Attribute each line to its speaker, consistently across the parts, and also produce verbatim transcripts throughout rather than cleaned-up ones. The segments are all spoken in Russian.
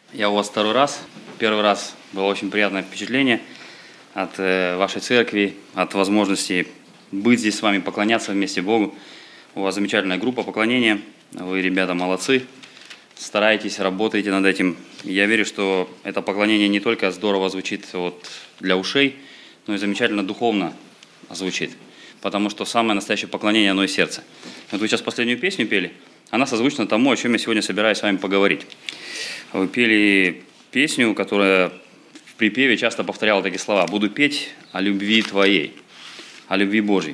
Speaker 1: Я у вас второй раз. Первый раз было очень приятное впечатление от э, вашей церкви, от возможности быть здесь с вами, поклоняться вместе Богу. У вас замечательная группа поклонения. Вы, ребята, молодцы. Старайтесь, работайте над этим. Я верю, что это поклонение не только здорово звучит вот для ушей, но и замечательно духовно звучит. Потому что самое настоящее поклонение, оно и сердце. Вот вы сейчас последнюю песню пели, она созвучна тому, о чем я сегодня собираюсь с вами поговорить. Вы пели песню, которая в припеве часто повторяла такие слова: «Буду петь о любви твоей, о любви Божьей».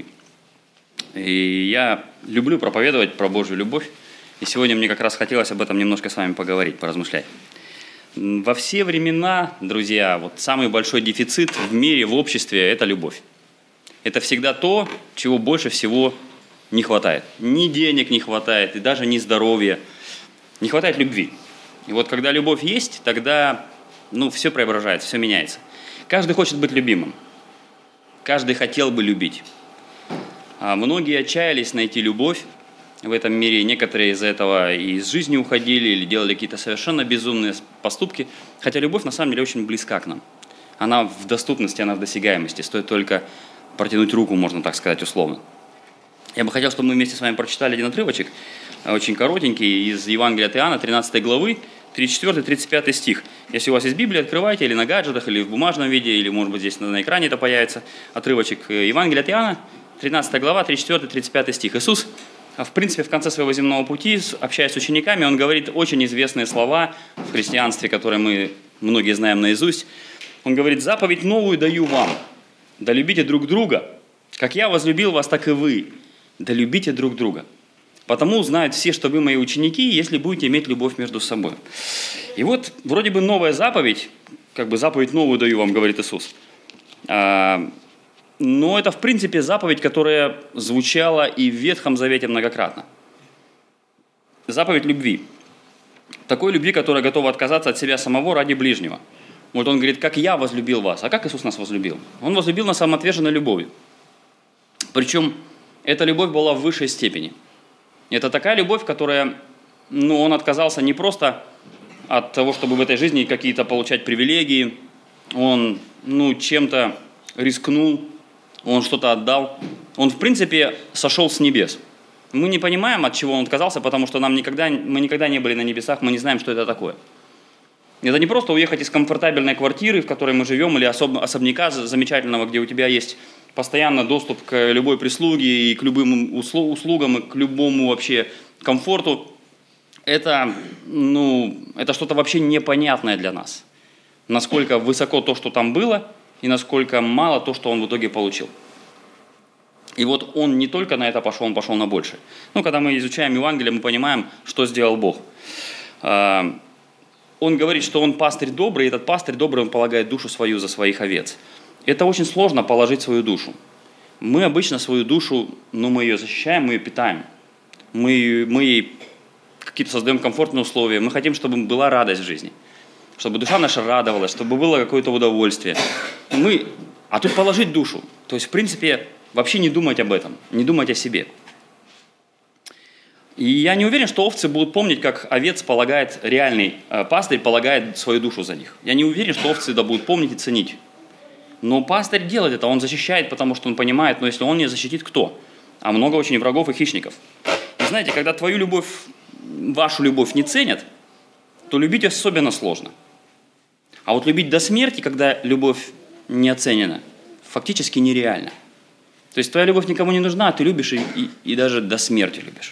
Speaker 1: И я люблю проповедовать про Божью любовь, и сегодня мне как раз хотелось об этом немножко с вами поговорить, поразмышлять. Во все времена, друзья, вот самый большой дефицит в мире, в обществе – это любовь. Это всегда то, чего больше всего не хватает. Ни денег не хватает, и даже ни здоровья. Не хватает любви. И вот когда любовь есть, тогда ну, все преображается, все меняется. Каждый хочет быть любимым. Каждый хотел бы любить. А многие отчаялись найти любовь в этом мире. Некоторые из-за этого и из жизни уходили, или делали какие-то совершенно безумные поступки. Хотя любовь на самом деле очень близка к нам. Она в доступности, она в досягаемости. Стоит только протянуть руку, можно так сказать, условно. Я бы хотел, чтобы мы вместе с вами прочитали один отрывочек, очень коротенький, из Евангелия от Иоанна, тринадцатой главы, тридцать четвёртый — тридцать пятый стих. Если у вас есть Библия, открывайте, или на гаджетах, или в бумажном виде, или, может быть, здесь на экране это появится отрывочек. Евангелия от Иоанна, тринадцатая глава, тридцать четвёртый — тридцать пятый стих. Иисус, в принципе, в конце своего земного пути, общаясь с учениками, Он говорит очень известные слова в христианстве, которые мы многие знаем наизусть. Он говорит: «Заповедь новую даю вам, да любите друг друга, как я возлюбил вас, так и вы, да любите друг друга. Потому узнают все, что вы мои ученики, если будете иметь любовь между собой». И вот вроде бы новая заповедь, как бы заповедь новую даю вам, говорит Иисус. А, но это в принципе заповедь, которая звучала и в Ветхом Завете многократно. Заповедь любви. Такой любви, которая готова отказаться от себя самого ради ближнего. Вот он говорит: «Как я возлюбил вас». А как Иисус нас возлюбил? Он возлюбил нас самоотверженной любовью. Причем эта любовь была в высшей степени. Это такая любовь, которая, ну, он отказался не просто от того, чтобы в этой жизни какие-то получать привилегии, он, ну, чем-то рискнул, он что-то отдал. Он, в принципе, сошел с небес. Мы не понимаем, от чего он отказался, потому что нам никогда, мы никогда не были на небесах, мы не знаем, что это такое. Это не просто уехать из комфортабельной квартиры, в которой мы живем, или особ, особняка замечательного, где у тебя есть постоянно доступ к любой прислуге и к любым услугам, и к любому вообще комфорту. Это, ну, это что-то вообще непонятное для нас. Насколько высоко то, что там было, и насколько мало то, что он в итоге получил. И вот он не только на это пошел, он пошел на большее. Ну, когда мы изучаем Евангелие, мы понимаем, что сделал Бог. Он говорит, что он пастырь добрый, и этот пастырь добрый, он полагает душу свою за своих овец. Это очень сложно положить свою душу. Мы обычно свою душу, ну, мы ее защищаем, мы ее питаем. Мы, мы ей какие-то создаем комфортные условия. Мы хотим, чтобы была радость в жизни. Чтобы душа наша радовалась, чтобы было какое-то удовольствие. Мы, а тут положить душу. То есть, в принципе, вообще не думать об этом, не думать о себе. И я не уверен, что овцы будут помнить, как овец полагает, реальный э, пастырь полагает свою душу за них. Я не уверен, что овцы это будут помнить и ценить. Но пастырь делает это, он защищает, потому что он понимает, но если он не защитит, кто? А много очень врагов и хищников. И знаете, когда твою любовь, вашу любовь не ценят, то любить особенно сложно. А вот любить до смерти, когда любовь не оценена, фактически нереально. То есть твоя любовь никому не нужна, а ты любишь и, и, и даже до смерти любишь.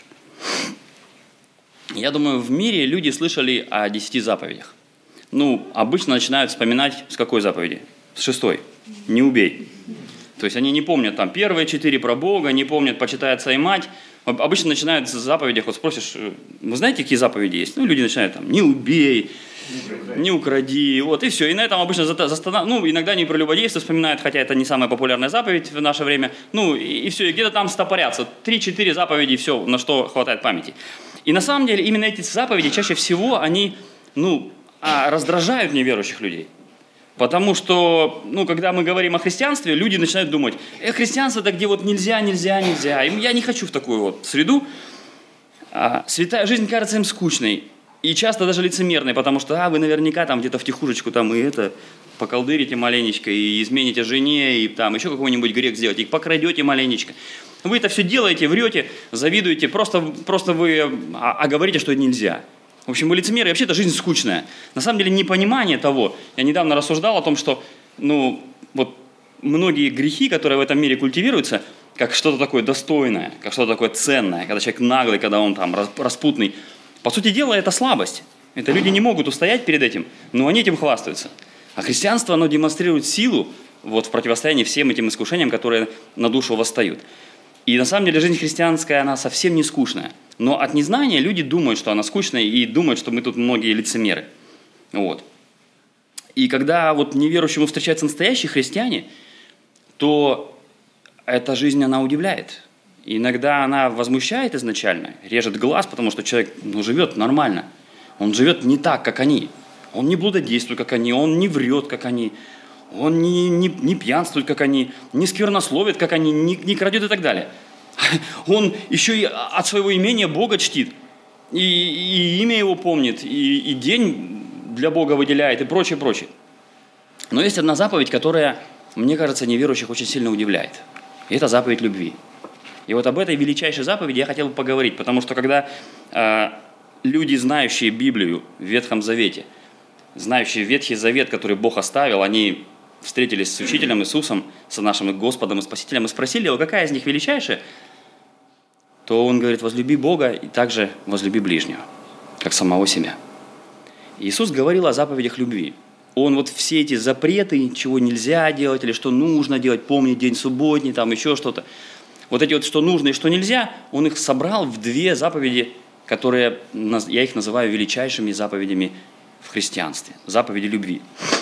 Speaker 1: Я думаю, в мире люди слышали о десяти заповедях. Ну, обычно начинают вспоминать с какой заповеди? С шестой. Не убей. То есть они не помнят там первые четыре про Бога, не помнят почитай отца и мать. Обычно начинают с заповедей, вот спросишь, вы знаете, какие заповеди есть? Ну, люди начинают там, не убей, не укради, вот, и все. И на этом обычно застанавливают, ну, иногда не прелюбодейство вспоминают, хотя это не самая популярная заповедь в наше время. Ну, и, и все, и где-то там стопорятся. Три-четыре заповеди, все, на что хватает памяти. И на самом деле именно эти заповеди чаще всего, они, ну, раздражают неверующих людей. Потому что, ну, когда мы говорим о христианстве, люди начинают думать, э, христианство, это где вот нельзя, нельзя, нельзя. И я не хочу в такую вот среду. А, святая жизнь кажется им скучной. И часто даже лицемерные, потому что а, вы наверняка там где-то втихушечку там и это поколдырите маленечко, и измените жене, и там еще какой-нибудь грех сделаете, и покрадете маленечко. Вы это все делаете, врете, завидуете, просто, просто вы а, а говорите, что это нельзя. В общем, вы лицемеры, и вообще-то жизнь скучная. На самом деле непонимание того, я недавно рассуждал о том, что ну, вот многие грехи, которые в этом мире культивируются, как что-то такое достойное, как что-то такое ценное, когда человек наглый, когда он там распутный, по сути дела, это слабость. Это люди не могут устоять перед этим, но они этим хвастаются. А христианство, оно демонстрирует силу вот, в противостоянии всем этим искушениям, которые на душу восстают. И на самом деле жизнь христианская, она совсем не скучная. Но от незнания люди думают, что она скучная, и думают, что мы тут многие лицемеры. Вот. И когда вот неверующему встречаются настоящие христиане, то эта жизнь, она удивляет. И иногда она возмущает изначально, режет глаз, потому что человек ну, живет нормально. Он живет не так, как они. Он не блудодействует, как они, он не врет, как они, он не, не, не пьянствует, как они, не сквернословит, как они, не, не крадет и так далее. Он еще и от своего имения Бога чтит, и, и имя его помнит, и, и день для Бога выделяет, и прочее, прочее. Но есть одна заповедь, которая, мне кажется, неверующих очень сильно удивляет. И это заповедь любви. И вот об этой величайшей заповеди я хотел бы поговорить, потому что когда э, люди, знающие Библию в Ветхом Завете, знающие Ветхий Завет, который Бог оставил, они встретились с Учителем Иисусом, с нашим Господом и Спасителем, и спросили его, какая из них величайшая, то он говорит, возлюби Бога и также возлюби ближнего, как самого себя. Иисус говорил о заповедях любви. Он вот все эти запреты, чего нельзя делать или что нужно делать, помнить день субботний, там еще что-то, вот эти вот, что нужно и что нельзя, он их собрал в две заповеди, которые, я их называю величайшими заповедями в христианстве, заповеди любви.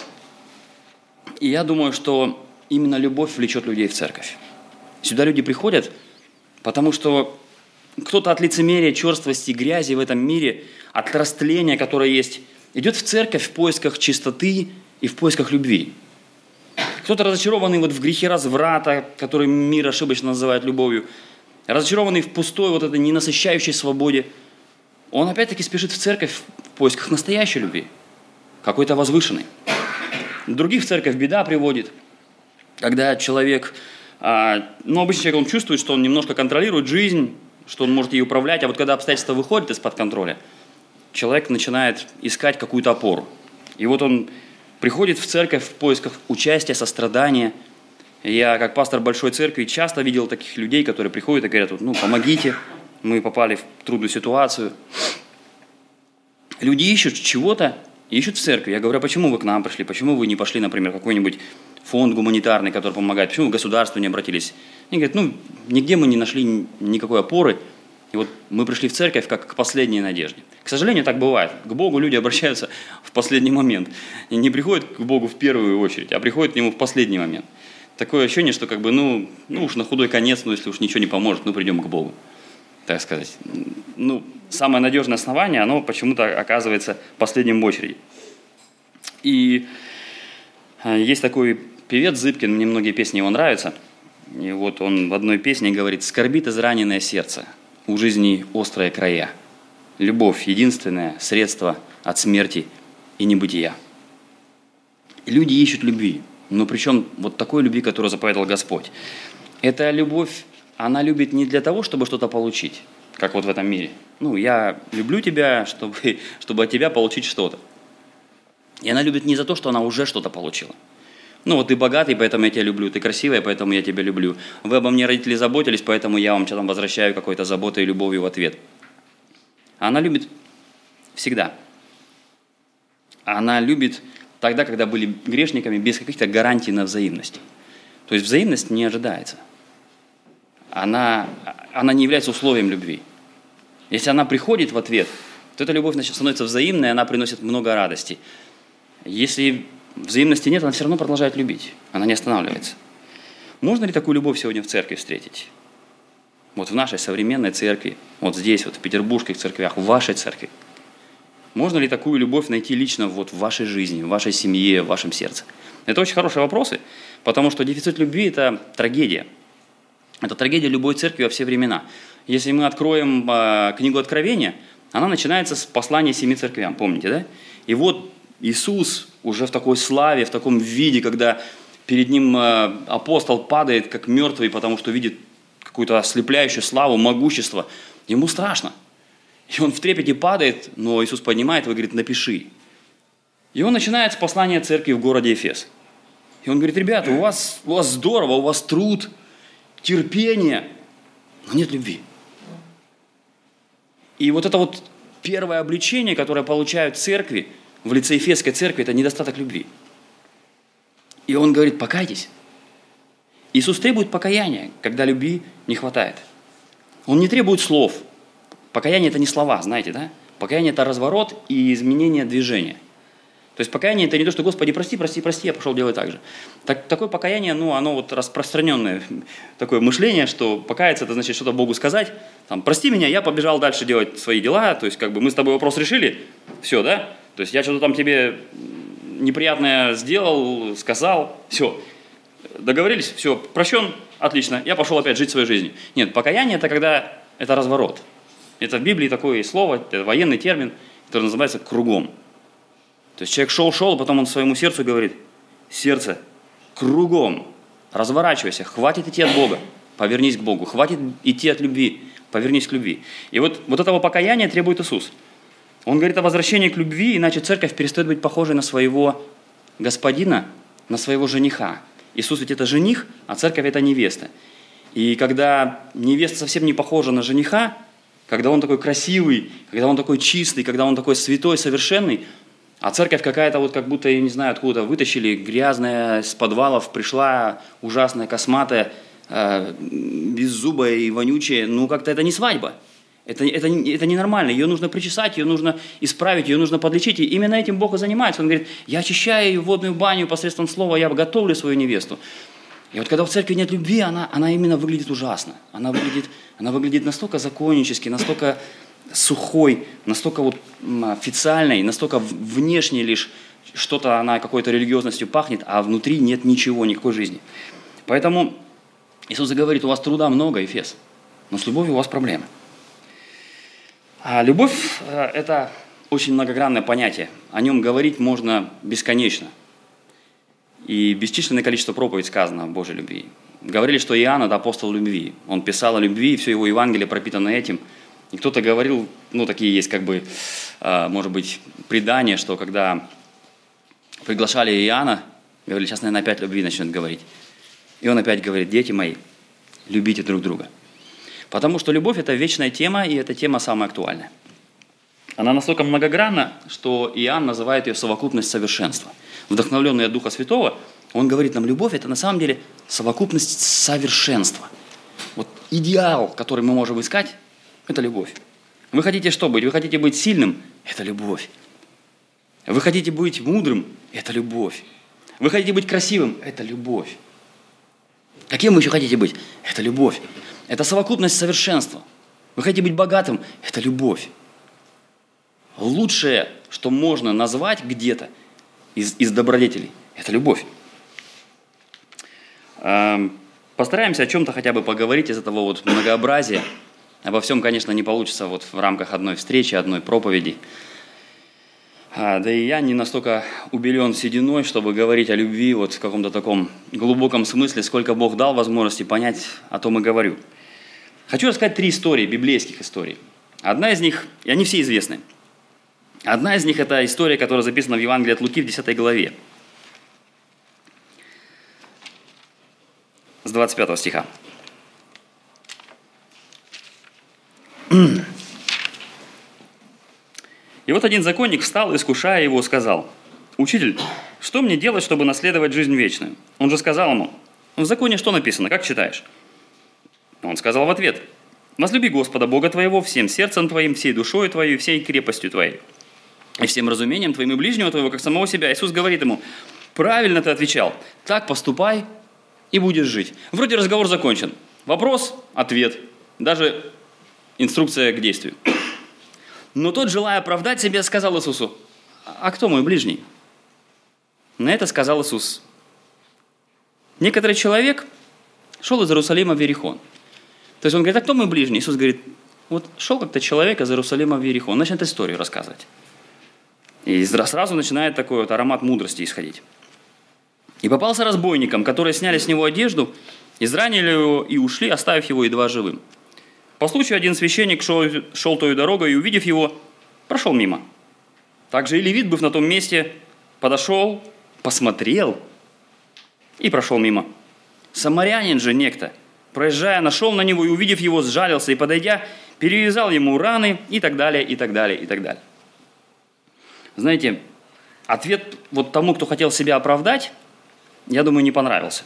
Speaker 1: И я думаю, что именно любовь влечет людей в церковь. Сюда люди приходят, потому что кто-то от лицемерия, черствости, грязи в этом мире, от растления, которое есть, идет в церковь в поисках чистоты и в поисках любви. Кто-то разочарованный вот в грехе разврата, который мир ошибочно называет любовью, разочарованный в пустой вот этой ненасыщающей свободе, он опять-таки спешит в церковь в поисках настоящей любви, какой-то возвышенной. Других в церковь беда приводит, когда человек, ну, обычно человек, он чувствует, что он немножко контролирует жизнь, что он может ей управлять, а вот когда обстоятельства выходят из-под контроля, человек начинает искать какую-то опору. И вот он приходит в церковь в поисках участия, сострадания. Я, как пастор большой церкви, часто видел таких людей, которые приходят и говорят, ну, помогите, мы попали в трудную ситуацию. Люди ищут чего-то, ищут в церкви. Я говорю, а почему вы к нам пришли? Почему вы не пошли, например, в какой-нибудь фонд гуманитарный, который помогает? Почему вы к государству не обратились? Они говорят, ну, нигде мы не нашли никакой опоры. И вот мы пришли в церковь как к последней надежде. К сожалению, так бывает. К Богу люди обращаются в последний момент. И не приходят к Богу в первую очередь, а приходят к Нему в последний момент. Такое ощущение, что как бы, ну, ну уж на худой конец, ну, если уж ничего не поможет, ну, придем к Богу. Так сказать. Ну, самое надежное основание, оно почему-то оказывается последним в очереди. И есть такой певец Зыбкин, мне многие песни его нравятся. И вот он в одной песне говорит: «Скорбит израненное сердце, у жизни острые края. Любовь – единственное средство от смерти и небытия». И люди ищут любви, но причем вот такой любви, которую заповедал Господь. Эта любовь, она любит не для того, чтобы что-то получить, как вот в этом мире. Ну, я люблю тебя, чтобы, чтобы от тебя получить что-то. И она любит не за то, что она уже что-то получила. Ну, вот ты богатый, поэтому я тебя люблю, ты красивая, поэтому я тебя люблю. Вы обо мне, родители, заботились, поэтому я вам что-то возвращаю какой-то заботой и любовью в ответ. Она любит всегда. Она любит тогда, когда были грешниками, без каких-то гарантий на взаимность. То есть взаимность не ожидается. Она, она не является условием любви. Если она приходит в ответ, то эта любовь становится взаимной, она приносит много радости. Если взаимности нет, она все равно продолжает любить. Она не останавливается. Можно ли такую любовь сегодня в церкви встретить? Вот в нашей современной церкви, вот здесь, вот в петербургских церквях, в вашей церкви. Можно ли такую любовь найти лично вот в вашей жизни, в вашей семье, в вашем сердце? Это очень хорошие вопросы, потому что дефицит любви – это трагедия. Это трагедия любой церкви во все времена. Если мы откроем э, книгу Откровения, она начинается с послания семи церквям, помните, да? И вот Иисус уже в такой славе, в таком виде, когда перед ним апостол падает как мертвый, потому что видит какую-то ослепляющую славу, могущество. Ему страшно. И он в трепете падает, но Иисус поднимает его и говорит: напиши. И он начинает с послания церкви в городе Эфес. И он говорит: ребята, у вас, у вас здорово, у вас труд, терпение, но нет любви. И вот это вот первое обличение, которое получают церкви, в лице Ефесской церкви, это недостаток любви. И он говорит: покайтесь. Иисус требует покаяния, когда любви не хватает. Он не требует слов. Покаяние – это не слова, знаете, да? Покаяние – это разворот и изменение движения. То есть покаяние – это не то, что «Господи, прости, прости, прости, я пошел делать так же». Так, такое покаяние, ну, оно вот распространенное такое мышление, что покаяться – это значит что-то Богу сказать. Там: прости меня, я побежал дальше делать свои дела. То есть как бы мы с тобой вопрос решили, все, да? То есть я что-то там тебе неприятное сделал, сказал, все. Договорились, все, прощен, отлично, я пошел опять жить своей жизнью. Нет, покаяние – это когда это разворот. Это в Библии такое слово, это военный термин, который называется «кругом». То есть человек шел-шел, а потом он своему сердцу говорит: сердце, кругом, разворачивайся, хватит идти от Бога, повернись к Богу, хватит идти от любви, повернись к любви. И вот, вот этого покаяния требует Иисус. Он говорит о возвращении к любви, иначе церковь перестает быть похожей на своего господина, на своего жениха. Иисус ведь это жених, а церковь это невеста. И когда невеста совсем не похожа на жениха, когда он такой красивый, когда он такой чистый, когда он такой святой, совершенный, а церковь какая-то вот как будто, я не знаю, откуда вытащили, грязная, с подвалов пришла, ужасная, косматая, э, беззубая и вонючая, ну как-то это не свадьба. Это, это, это ненормально, ее нужно причесать, ее нужно исправить, ее нужно подлечить. И именно этим Бог и занимается. Он говорит: я очищаю ее водную баню посредством слова, я готовлю свою невесту. И вот когда в церкви нет любви, она, она именно выглядит ужасно. Она выглядит, она выглядит настолько законнически, настолько сухой, настолько вот официальной, настолько внешне лишь что-то она какой-то религиозностью пахнет, а внутри нет ничего, никакой жизни. Поэтому Иисус говорит: у вас труда много, Ефес, но с любовью у вас проблемы. А любовь – это очень многогранное понятие. О нем говорить можно бесконечно. И бесчисленное количество проповедей сказано о Божьей любви. Говорили, что Иоанн – это апостол любви. Он писал о любви, и все его Евангелие пропитано этим. И кто-то говорил, ну, такие есть, как бы, может быть, предания, что когда приглашали Иоанна, говорили: сейчас, наверное, опять любви начнет говорить. И он опять говорит: дети мои, любите друг друга. Потому что любовь – это вечная тема, и эта тема самая актуальная. Она настолько многогранна, что Иоанн называет ее совокупность совершенства. Вдохновленный от Духа Святого, он говорит нам: любовь – это на самом деле совокупность совершенства. Вот идеал, который мы можем искать – это любовь. Вы хотите что быть? Вы хотите быть сильным – это любовь. Вы хотите быть мудрым – это любовь. Вы хотите быть красивым – это любовь. Каким вы еще хотите быть? Это любовь. Это совокупность совершенства. Вы хотите быть богатым – это любовь. Лучшее, что можно назвать где-то из, из добродетелей – это любовь. Постараемся о чем-то хотя бы поговорить из этого вот многообразия. Обо всем, конечно, не получится вот в рамках одной встречи, одной проповеди. Да и я не настолько убелен сединой, чтобы говорить о любви вот в каком-то таком глубоком смысле, сколько Бог дал возможности понять, о том и говорю. Хочу рассказать три истории, библейских историй. Одна из них, и они все известны. Одна из них – это история, которая записана в Евангелии от Луки в десятой главе. С двадцать пятого стиха. И вот один законник встал, искушая его, сказал: «Учитель, что мне делать, чтобы наследовать жизнь вечную?» Он же сказал ему: «В законе что написано, как читаешь?» Он сказал в ответ: «Возлюби Господа Бога твоего всем сердцем твоим, всей душой твоей, всей крепостью твоей, и всем разумением твоим и ближнего твоего, как самого себя». Иисус говорит ему: «Правильно ты отвечал, так поступай и будешь жить». Вроде разговор закончен. Вопрос, ответ, даже инструкция к действию. Но тот, желая оправдать себя, сказал Иисусу: «А кто мой ближний?» На это сказал Иисус: «Некоторый человек шел из Иерусалима в Иерихон». То есть он говорит: «А кто мой ближний?» Иисус говорит: вот шел как-то человек из Иерусалима в Иерихон, он начинает историю рассказывать. И сразу начинает такой вот аромат мудрости исходить. И попался разбойникам, которые сняли с него одежду, изранили его и ушли, оставив его едва живым. По случаю один священник шел, шел той дорогой и, увидев его, прошел мимо. Также и левит, быв на том месте, подошел, посмотрел и прошел мимо. Самарянин же некто, проезжая, нашел на него и, увидев его, сжалился и, подойдя, перевязал ему раны и так далее, и так далее, и так далее. Знаете, ответ вот тому, кто хотел себя оправдать, я думаю, не понравился.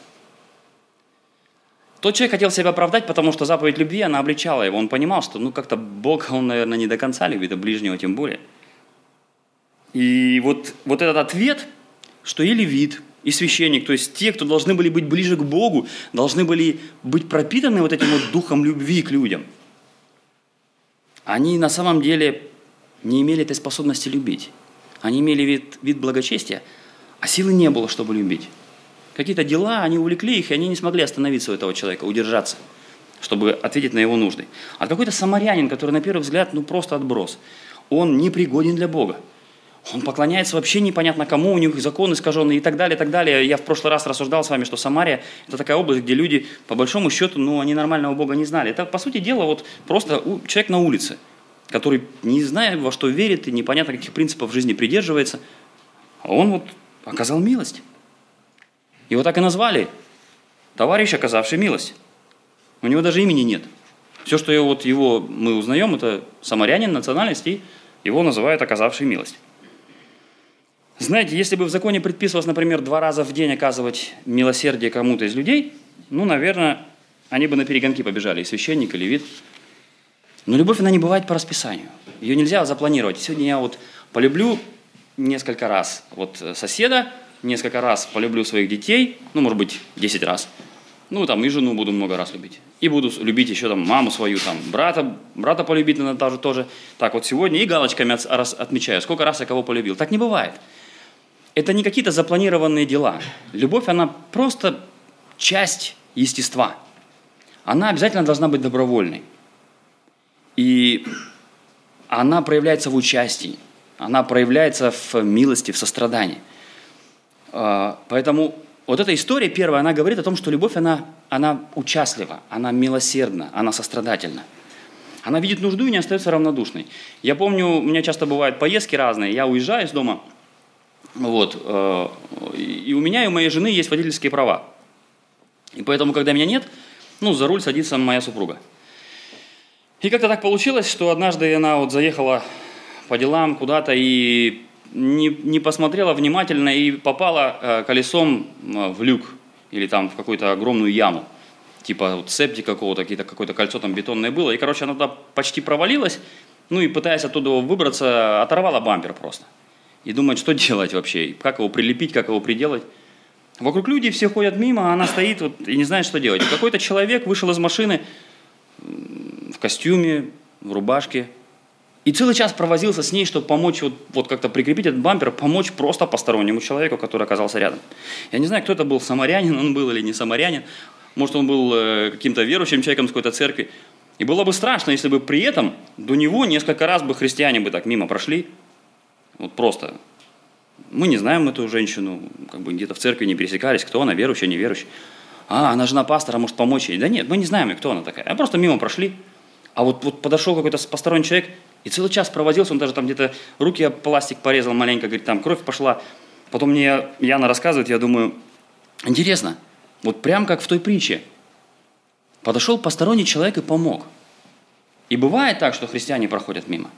Speaker 1: Тот человек хотел себя оправдать, потому что заповедь любви, она обличала его. Он понимал, что ну как-то Бога он, наверное, не до конца любит, а ближнего тем более. И вот, вот этот ответ, что и левит, и священник, то есть те, кто должны были быть ближе к Богу, должны были быть пропитаны вот этим вот духом любви к людям, они на самом деле не имели этой способности любить. Они имели вид, вид благочестия, а силы не было, чтобы любить. Какие-то дела, они увлекли их, и они не смогли остановиться у этого человека, удержаться, чтобы ответить на его нужды. А какой-то самарянин, который на первый взгляд, ну просто отброс, он непригоден для Бога. Он поклоняется вообще непонятно кому, у них закон искаженный и так далее, и так далее. Я в прошлый раз рассуждал с вами, что Самария – это такая область, где люди, по большому счету, ну, они нормального Бога не знали. Это, по сути дела, вот просто человек на улице, который, не зная, во что верит и непонятно каких принципов в жизни придерживается, а он вот оказал милость. Его так и назвали – товарищ, оказавший милость. У него даже имени нет. Все, что его, вот его мы узнаем, это самарянин, национальность, и его называют оказавший милость. Знаете, если бы в законе предписывалось, например, два раза в день оказывать милосердие кому-то из людей, ну, наверное, они бы на перегонки побежали, и священник, и левит. Но любовь, она не бывает по расписанию. Ее нельзя запланировать. Сегодня я вот полюблю несколько раз вот соседа, несколько раз полюблю своих детей, ну, может быть, десять раз. Ну, там, и жену буду много раз любить. И буду любить еще там маму свою, там, брата, брата полюбить надо даже тоже. Так вот сегодня и галочками от, раз, отмечаю, сколько раз я кого полюбил. Так не бывает. Это не какие-то запланированные дела. Любовь, она просто часть естества. Она обязательно должна быть добровольной. И она проявляется в участии. Она проявляется в милости, в сострадании. Поэтому вот эта история первая, она говорит о том, что любовь, она, она участлива, она милосердна, она сострадательна. Она видит нужду и не остается равнодушной. Я помню, у меня часто бывают поездки разные, я уезжаю из дома, вот, и у меня и у моей жены есть водительские права. И поэтому, когда меня нет, ну, за руль садится моя супруга. И как-то так получилось, что однажды она вот заехала по делам куда-то и не, не посмотрела внимательно и попала э, колесом э, в люк или там в какую-то огромную яму. Типа вот септи какого-то, какие-то, какое-то кольцо там бетонное было. И, короче, она туда почти провалилась. Ну и пытаясь оттуда выбраться, оторвала бампер просто. И думает, что делать вообще, как его прилепить, как его приделать. Вокруг люди все ходят мимо, а она стоит вот, и не знает, что делать. И какой-то человек вышел из машины в костюме, в рубашке. И целый час провозился с ней, чтобы помочь вот, вот как-то прикрепить этот бампер, помочь просто постороннему человеку, который оказался рядом. Я не знаю, кто это был, самарянин он был или не самарянин. Может, он был э, каким-то верующим человеком с какой-то церкви. И было бы страшно, если бы при этом до него несколько раз бы христиане бы так мимо прошли. Вот просто. Мы не знаем эту женщину, как бы где-то в церкви не пересекались, кто она, верующая, неверующая. А, она жена пастора, может помочь ей. Да нет, мы не знаем, кто она такая. А просто мимо прошли. А вот, вот подошел какой-то посторонний человек и целый час провозился, он даже там где-то руки об пластик порезал маленько, говорит, там кровь пошла. Потом мне Яна рассказывает, я думаю, интересно, вот прям как в той притче. Подошел посторонний человек и помог. И бывает так, что христиане проходят мимо.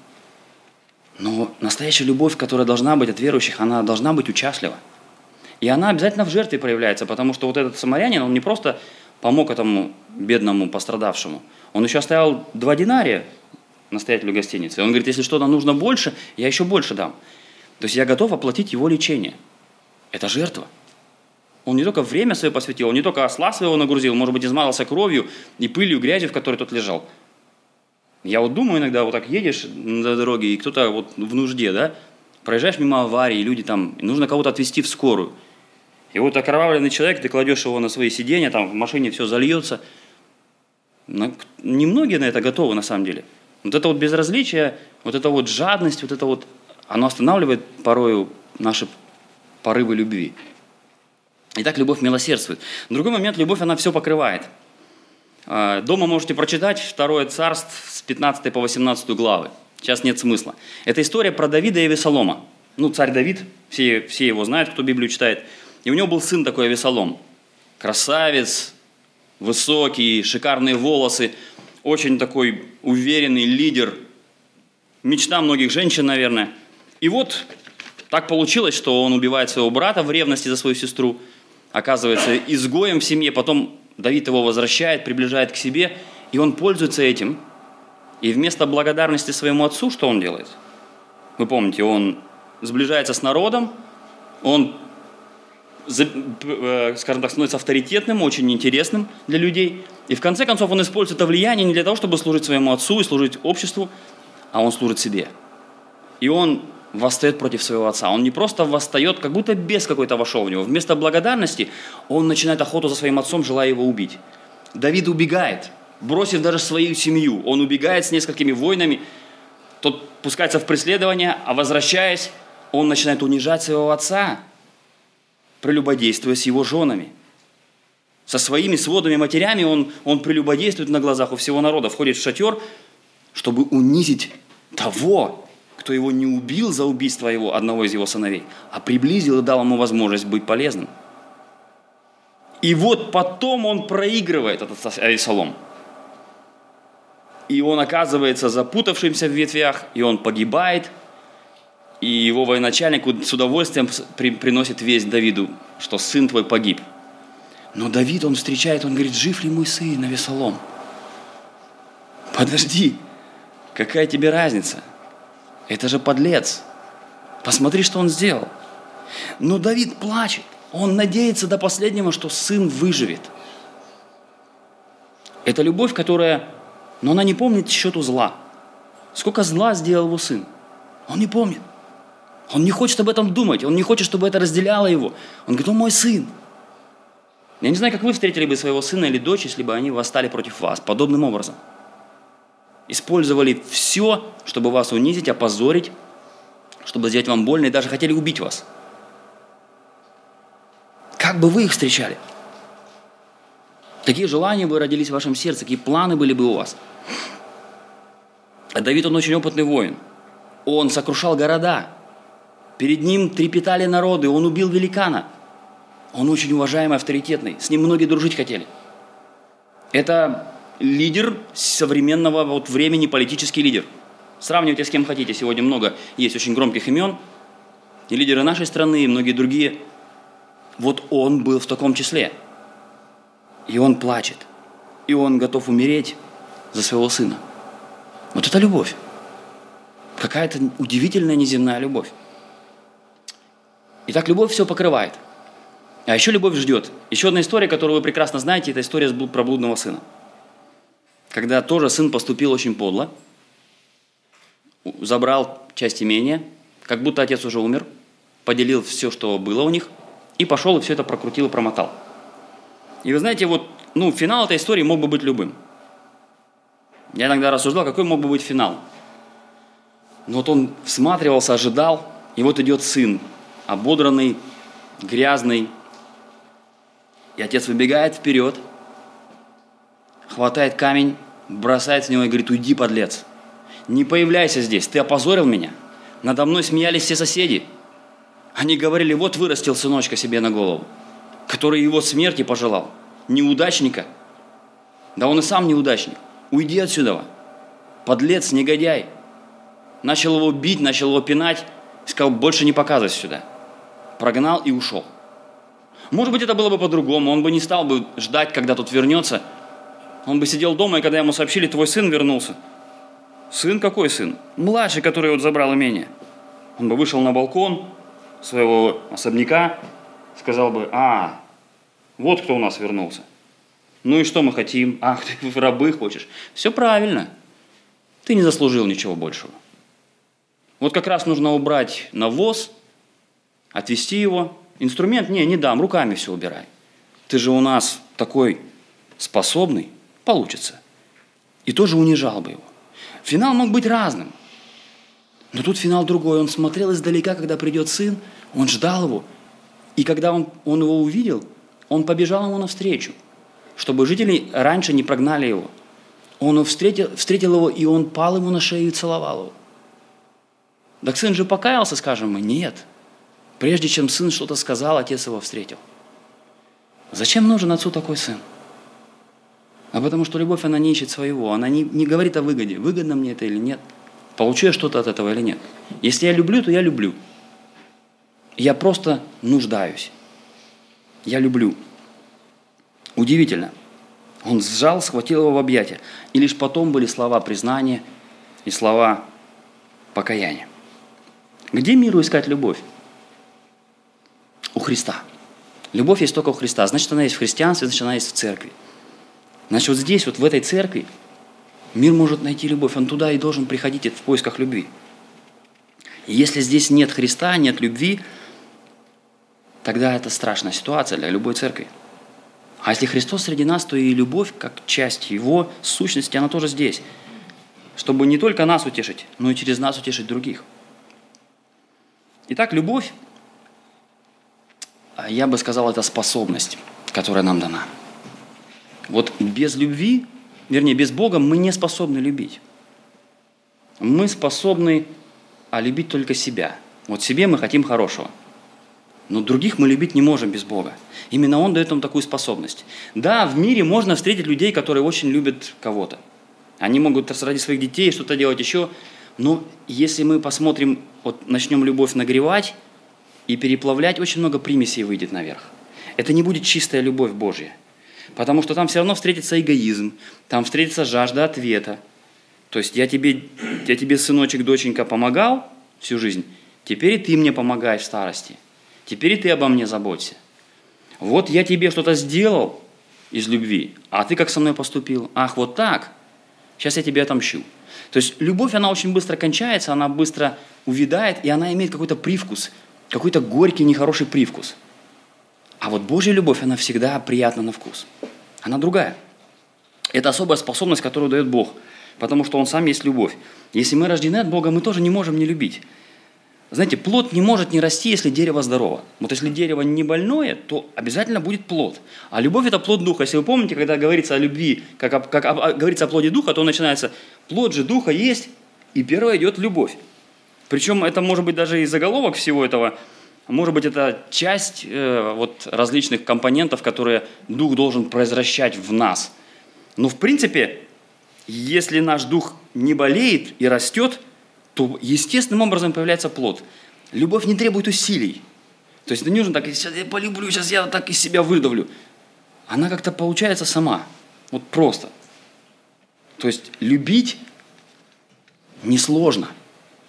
Speaker 1: Но настоящая любовь, которая должна быть от верующих, она должна быть участлива. И она обязательно в жертве проявляется, потому что вот этот самарянин, он не просто помог этому бедному пострадавшему, он еще оставил два динария настоятелю гостиницы. Он говорит, если что-то нужно больше, я еще больше дам. То есть я готов оплатить его лечение. Это жертва. Он не только время свое посвятил, он не только осла своего нагрузил, может быть, измазался кровью и пылью, грязью, в которой тот лежал. Я вот думаю иногда, вот так едешь на дороге, и кто-то вот в нужде, да, проезжаешь мимо аварии, люди там, нужно кого-то отвезти в скорую. И вот окровавленный человек, ты кладешь его на свои сиденья, там в машине все зальется. Немногие на это готовы на самом деле. Вот это вот безразличие, вот эта вот жадность, вот это вот, оно останавливает порою наши порывы любви. Итак, любовь милосердствует. В другой момент любовь, она все покрывает. Дома можете прочитать Второе Царств с пятнадцатой по восемнадцатую главы. Сейчас нет смысла. Это история про Давида и Авесолома. Ну, царь Давид, все, все его знают, кто Библию читает. И у него был сын такой Авесолом. Красавец, высокий, шикарные волосы, очень такой уверенный лидер. Мечта многих женщин, наверное. И вот так получилось, что он убивает своего брата в ревности за свою сестру. Оказывается изгоем в семье. Потом Давид его возвращает, приближает к себе. И он пользуется этим. И вместо благодарности своему отцу, что он делает? Вы помните, он сближается с народом. Он, скажем так, становится авторитетным, очень интересным для людей. И в конце концов он использует это влияние не для того, чтобы служить своему отцу и служить обществу, а он служит себе. И он восстает против своего отца. Он не просто восстает, как будто бес какой-то вошел в него. Вместо благодарности он начинает охоту за своим отцом, желая его убить. Давид убегает, бросив даже свою семью. Он убегает с несколькими воинами. Тот пускается в преследование, а возвращаясь, он начинает унижать своего отца, прелюбодействуя с его женами. Со своими сводными матерями он, он прелюбодействует на глазах у всего народа, входит в шатер, чтобы унизить того, кто его не убил за убийство его, одного из его сыновей, а приблизил и дал ему возможность быть полезным. И вот потом он проигрывает этот Авесолом. И он оказывается запутавшимся в ветвях, и он погибает, и его военачальник с удовольствием при, приносит весть Давиду, что сын твой погиб. Но Давид, он встречает, он говорит: жив ли мой сын Авесолом? Подожди, какая тебе разница? Это же подлец. Посмотри, что он сделал. Но Давид плачет. Он надеется до последнего, что сын выживет. Это любовь, которая... Но она не помнит счету зла. Сколько зла сделал его сын? Он не помнит. Он не хочет об этом думать. Он не хочет, чтобы это разделяло его. Он говорит: он мой сын. Я не знаю, как вы встретили бы своего сына или дочь, если бы они восстали против вас подобным образом. Использовали все, чтобы вас унизить, опозорить, чтобы сделать вам больно и даже хотели убить вас. Как бы вы их встречали? Какие желания бы родились в вашем сердце, какие планы были бы у вас? А Давид, он очень опытный воин. Он сокрушал города. Перед ним трепетали народы, он убил великана. Он очень уважаемый, авторитетный. С ним многие дружить хотели. Это лидер современного вот времени, политический лидер. Сравнивайте с кем хотите. Сегодня много есть очень громких имен. И лидеры нашей страны, и многие другие. Вот он был в таком числе. И он плачет. И он готов умереть за своего сына. Вот это любовь. Какая-то удивительная неземная любовь. Итак, любовь все покрывает. А еще любовь ждет. Еще одна история, которую вы прекрасно знаете, это история про блудного сына. Когда тоже сын поступил очень подло, забрал часть имения, как будто отец уже умер, поделил все, что было у них, и пошел и все это прокрутил и промотал. И вы знаете, вот, ну, финал этой истории мог бы быть любым. Я иногда рассуждал, какой мог бы быть финал. Но вот он всматривался, ожидал, и вот идет сын, ободранный, грязный. И отец выбегает вперед, хватает камень, бросает с него и говорит: уйди, подлец. Не появляйся здесь, ты опозорил меня. Надо мной смеялись все соседи. Они говорили: вот вырастил сыночка себе на голову, который его смерти пожелал. Неудачника. Да он и сам неудачник. Уйди отсюда. Подлец, негодяй. Начал его бить, начал его пинать. Сказал: больше не показывайся сюда. Прогнал и ушел. Может быть, это было бы по-другому. Он бы не стал бы ждать, когда тот вернется. Он бы сидел дома, и когда ему сообщили: твой сын вернулся. Сын какой сын? Младший, который вот забрал имение. Он бы вышел на балкон своего особняка, сказал бы: а, вот кто у нас вернулся. Ну и что мы хотим? Ах, ты в рабы хочешь. Все правильно. Ты не заслужил ничего большего. Вот как раз нужно убрать навоз, отвезти его. Инструмент? Не, не дам, руками все убирай. Ты же у нас такой способный, получится. И тоже унижал бы его.
Speaker 2: Финал мог быть разным. Но тут финал другой. Он смотрел издалека, когда придет сын, он ждал его. И когда он, он его увидел, он побежал ему навстречу, чтобы жители раньше не прогнали его. Он встретил, встретил его, и он пал ему на шею и целовал его. Так сын же покаялся, скажем мы? Нет. Прежде чем сын что-то сказал, отец его встретил. Зачем нужен отцу такой сын? А потому что любовь, она не ищет своего, она не, не говорит о выгоде. Выгодно мне это или нет? Получу я что-то от этого или нет? Если я люблю, то я люблю. Я просто нуждаюсь. Я люблю. Удивительно. Он сжал, схватил его в объятия. И лишь потом были слова признания и слова покаяния. Где миру искать любовь? У Христа. Любовь есть только у Христа. Значит, она есть в христианстве, значит, она есть в церкви. Значит, вот здесь, вот в этой церкви, мир может найти любовь. Он туда и должен приходить в поисках любви. И если здесь нет Христа, нет любви, тогда это страшная ситуация для любой церкви. А если Христос среди нас, то и любовь, как часть Его сущности, она тоже здесь. Чтобы не только нас утешить, но и через нас утешить других. Итак, любовь, я бы сказал, это способность, которая нам дана. Вот без любви, вернее, без Бога мы не способны любить. Мы способны а, любить только себя. Вот себе мы хотим хорошего. Но других мы любить не можем без Бога. Именно Он дает нам такую способность. Да, в мире можно встретить людей, которые очень любят кого-то. Они могут ради своих детей что-то делать еще. Но если мы посмотрим, вот начнем любовь нагревать и переплавлять, очень много примесей выйдет наверх. Это не будет чистая любовь Божья. Потому что там все равно встретится эгоизм, там встретится жажда ответа. То есть я тебе, я тебе, сыночек, доченька, помогал всю жизнь, теперь и ты мне помогай в старости. Теперь и ты обо мне заботься. Вот я тебе что-то сделал из любви, а ты как со мной поступил? Ах, вот так? Сейчас я тебе отомщу. То есть любовь, она очень быстро кончается, она быстро увядает, и она имеет какой-то привкус, какой-то горький, нехороший привкус. А вот Божья любовь, она всегда приятна на вкус. Она другая. Это особая способность, которую дает Бог, потому что Он сам есть любовь. Если мы рождены от Бога, мы тоже не можем не любить. Знаете, плод не может не расти, если дерево здорово. Вот если дерево не больное, то обязательно будет плод. А любовь – это плод Духа. Если вы помните, когда говорится о любви, как, о, как о, говорится о плоде Духа, то начинается «плод же Духа есть», и первое идет любовь. Причем это может быть даже и заголовок всего этого. Может быть, это часть э, вот, различных компонентов, которые Дух должен произвращать в нас. Но в принципе, если наш Дух не болеет и растет, то естественным образом появляется плод. Любовь не требует усилий. То есть это не нужно так, сейчас я полюблю, сейчас я так из себя выдавлю. Она как-то получается сама. Вот просто. То есть любить несложно.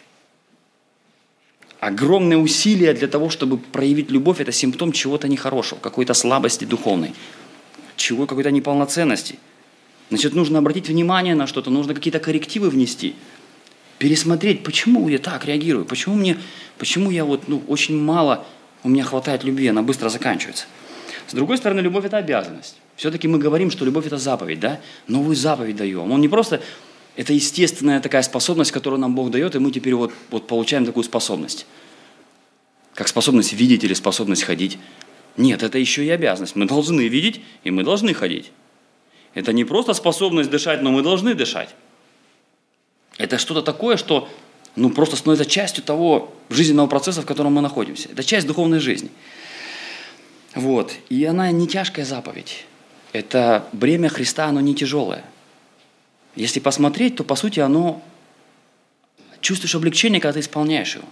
Speaker 2: Огромные усилия для того, чтобы проявить любовь, это симптом чего-то нехорошего, какой-то слабости духовной, чего какой-то неполноценности. Значит, нужно обратить внимание на что-то, нужно какие-то коррективы внести, пересмотреть, почему я так реагирую, почему, мне, почему я вот, ну, очень мало, у меня хватает любви, она быстро заканчивается. С другой стороны, любовь – это обязанность. Все-таки мы говорим, что любовь – это заповедь, да? Новую заповедь даем. Он не просто… Это естественная такая способность, которую нам Бог дает, и мы теперь вот, вот получаем такую способность. Как способность видеть или способность ходить. Нет, это еще и обязанность. Мы должны видеть, и мы должны ходить. Это не просто способность дышать, но мы должны дышать. Это что-то такое, что ну, просто становится частью того жизненного процесса, в котором мы находимся. Это часть духовной жизни. Вот. И она не тяжкая заповедь. Это бремя Христа, оно не тяжелое. Если посмотреть, то, по сути, оно… Чувствуешь облегчение, когда ты исполняешь его.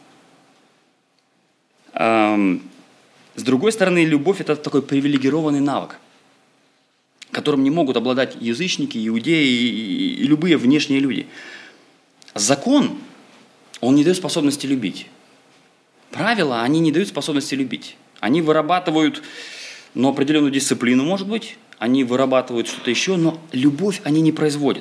Speaker 2: Эм, с другой стороны, любовь – это такой привилегированный навык, которым не могут обладать язычники, иудеи и, и любые внешние люди. Закон, он не дает способности любить. Правила, они не дают способности любить. Они вырабатывают, ну, определенную дисциплину, может быть, они вырабатывают что-то еще, но любовь они не производят.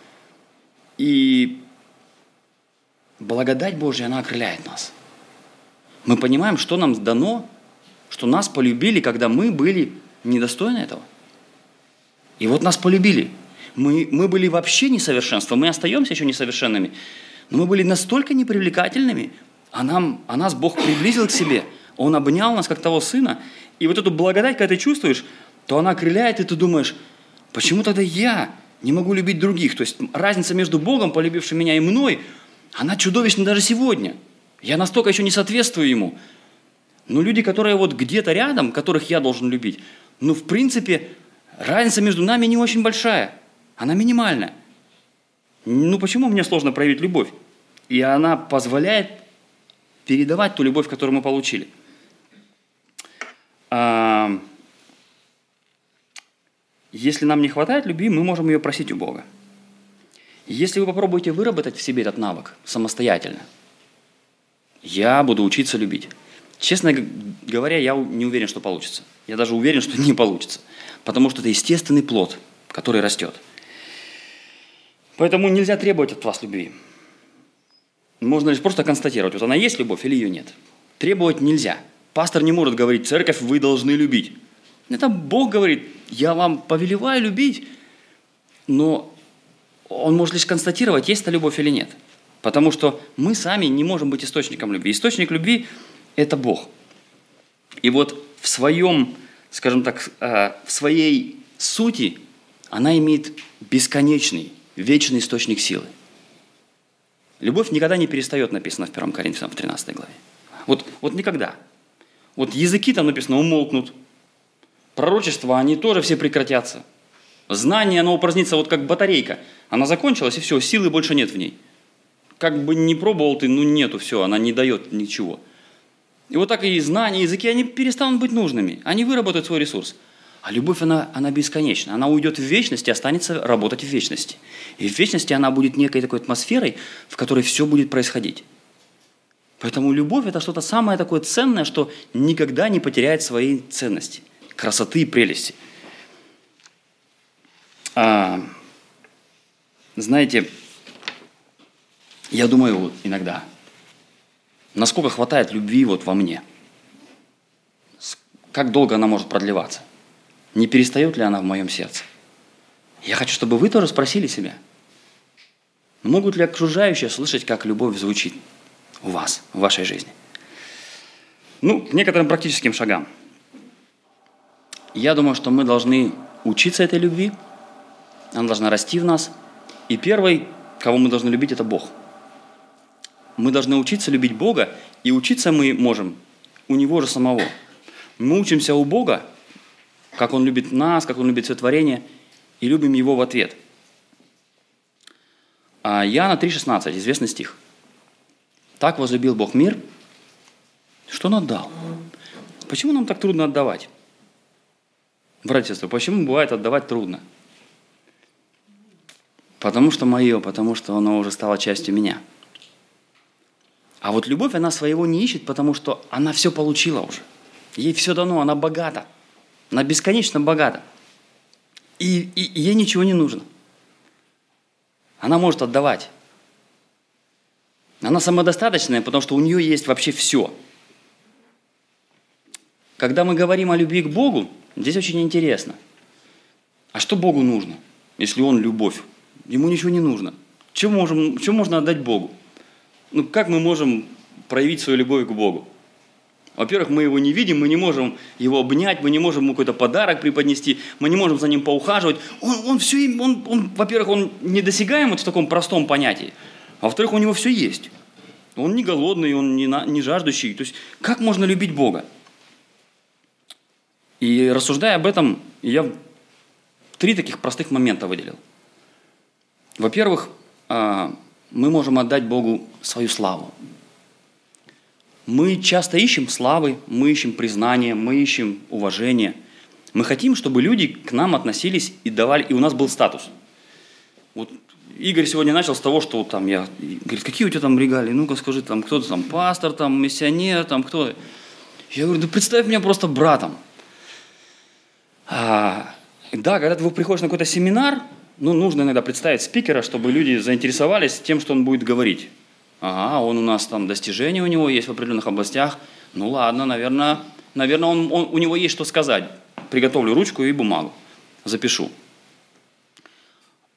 Speaker 2: И благодать Божья, она окрыляет нас. Мы понимаем, что нам дано, что нас полюбили, когда мы были недостойны этого. И вот нас полюбили. Мы, мы были вообще несовершенством, мы остаемся еще несовершенными, но мы были настолько непривлекательными, а, нам, а нас Бог приблизил к себе, Он обнял нас, как того сына, и вот эту благодать, когда ты чувствуешь, то она окрыляет, и ты думаешь, почему тогда я не могу любить других? То есть разница между Богом, полюбившим меня, и мной, она чудовищна даже сегодня. Я настолько еще не соответствую Ему. Но люди, которые вот где-то рядом, которых я должен любить, ну, в принципе, разница между нами не очень большая. Она минимальная. Ну, почему мне сложно проявить любовь? И она позволяет передавать ту любовь, которую мы получили. А, если нам не хватает любви, мы можем ее просить у Бога. Если вы попробуете выработать в себе этот навык самостоятельно, я буду учиться любить. Честно говоря, я не уверен, что получится. Я даже уверен, что не получится. Потому что это естественный плод, который растет. Поэтому нельзя требовать от вас любви. Можно лишь просто констатировать, вот она есть любовь или ее нет. Требовать нельзя. Пастор не может говорить, церковь, вы должны любить. Это Бог говорит, я вам повелеваю любить, но Он может лишь констатировать, есть эта любовь или нет. Потому что мы сами не можем быть источником любви. Источник любви – это Бог. И вот в своем, скажем так, в своей сути она имеет бесконечный, вечный источник силы. Любовь никогда не перестает, написано в первом Коринфянам в тринадцатой главе. Вот, вот никогда. Вот языки там написано умолкнут, пророчества, они тоже все прекратятся. Знание, оно упразднится вот как батарейка. Она закончилась, и все, силы больше нет в ней. Как бы ни пробовал ты, ну нету, все, она не дает ничего. И вот так и знания, языки, они перестанут быть нужными. Они выработают свой ресурс. А любовь, она, она бесконечна. Она уйдет в вечность и останется работать в вечности. И в вечности она будет некой такой атмосферой, в которой все будет происходить. Поэтому любовь – это что-то самое такое ценное, что никогда не потеряет своей ценности, красоты и прелести. А, знаете, я думаю вот иногда, насколько хватает любви вот во мне. Как долго она может продлеваться? Не перестает ли она в моем сердце? Я хочу, чтобы вы тоже спросили себя, могут ли окружающие слышать, как любовь звучит у вас, в вашей жизни? Ну, к некоторым практическим шагам. Я думаю, что мы должны учиться этой любви, она должна расти в нас. И первый, кого мы должны любить, это Бог. Мы должны учиться любить Бога, и учиться мы можем у Него же самого. Мы учимся у Бога, как Он любит нас, как Он любит все творение, и любим Его в ответ. А Иоанна три шестнадцать, известный стих. «Так возлюбил Бог мир, что Он отдал». Почему нам так трудно отдавать? Братья и сестры, почему бывает отдавать трудно? Потому что мое, потому что оно уже стало частью меня. А вот любовь, она своего не ищет, потому что она все получила уже. Ей все дано, она богата. Она бесконечно богата. И, и, и ей ничего не нужно. Она может отдавать. Она самодостаточная, потому что у нее есть вообще все. Когда мы говорим о любви к Богу, здесь очень интересно. А что Богу нужно, если Он любовь? Ему ничего не нужно. Что, можем, что можно отдать Богу? Ну, как мы можем проявить свою любовь к Богу? Во-первых, мы Его не видим, мы не можем Его обнять, мы не можем Ему какой-то подарок преподнести, мы не можем за Ним поухаживать. Он, он все, он, он, во-первых, Он недосягаем вот в таком простом понятии, а во-вторых, у Него все есть. Он не голодный, Он не, на, не жаждущий. То есть, как можно любить Бога? И рассуждая об этом, я три таких простых момента выделил. Во-первых, мы можем отдать Богу свою славу. Мы часто ищем славы, мы ищем признания, мы ищем уважения. Мы хотим, чтобы люди к нам относились и давали, и у нас был статус. Вот Игорь сегодня начал с того, что там я, говорит, какие у тебя там регалии? Ну-ка скажи, там кто-то там пастор, там миссионер, там кто? Я говорю, да представь меня просто братом. А, да, когда ты приходишь на какой-то семинар, ну, нужно иногда представить спикера, чтобы люди заинтересовались тем, что он будет говорить. Ага, он у нас там, достижения у него есть в определенных областях. Ну ладно, наверное, наверное он, он, у него есть что сказать. Приготовлю ручку и бумагу, запишу.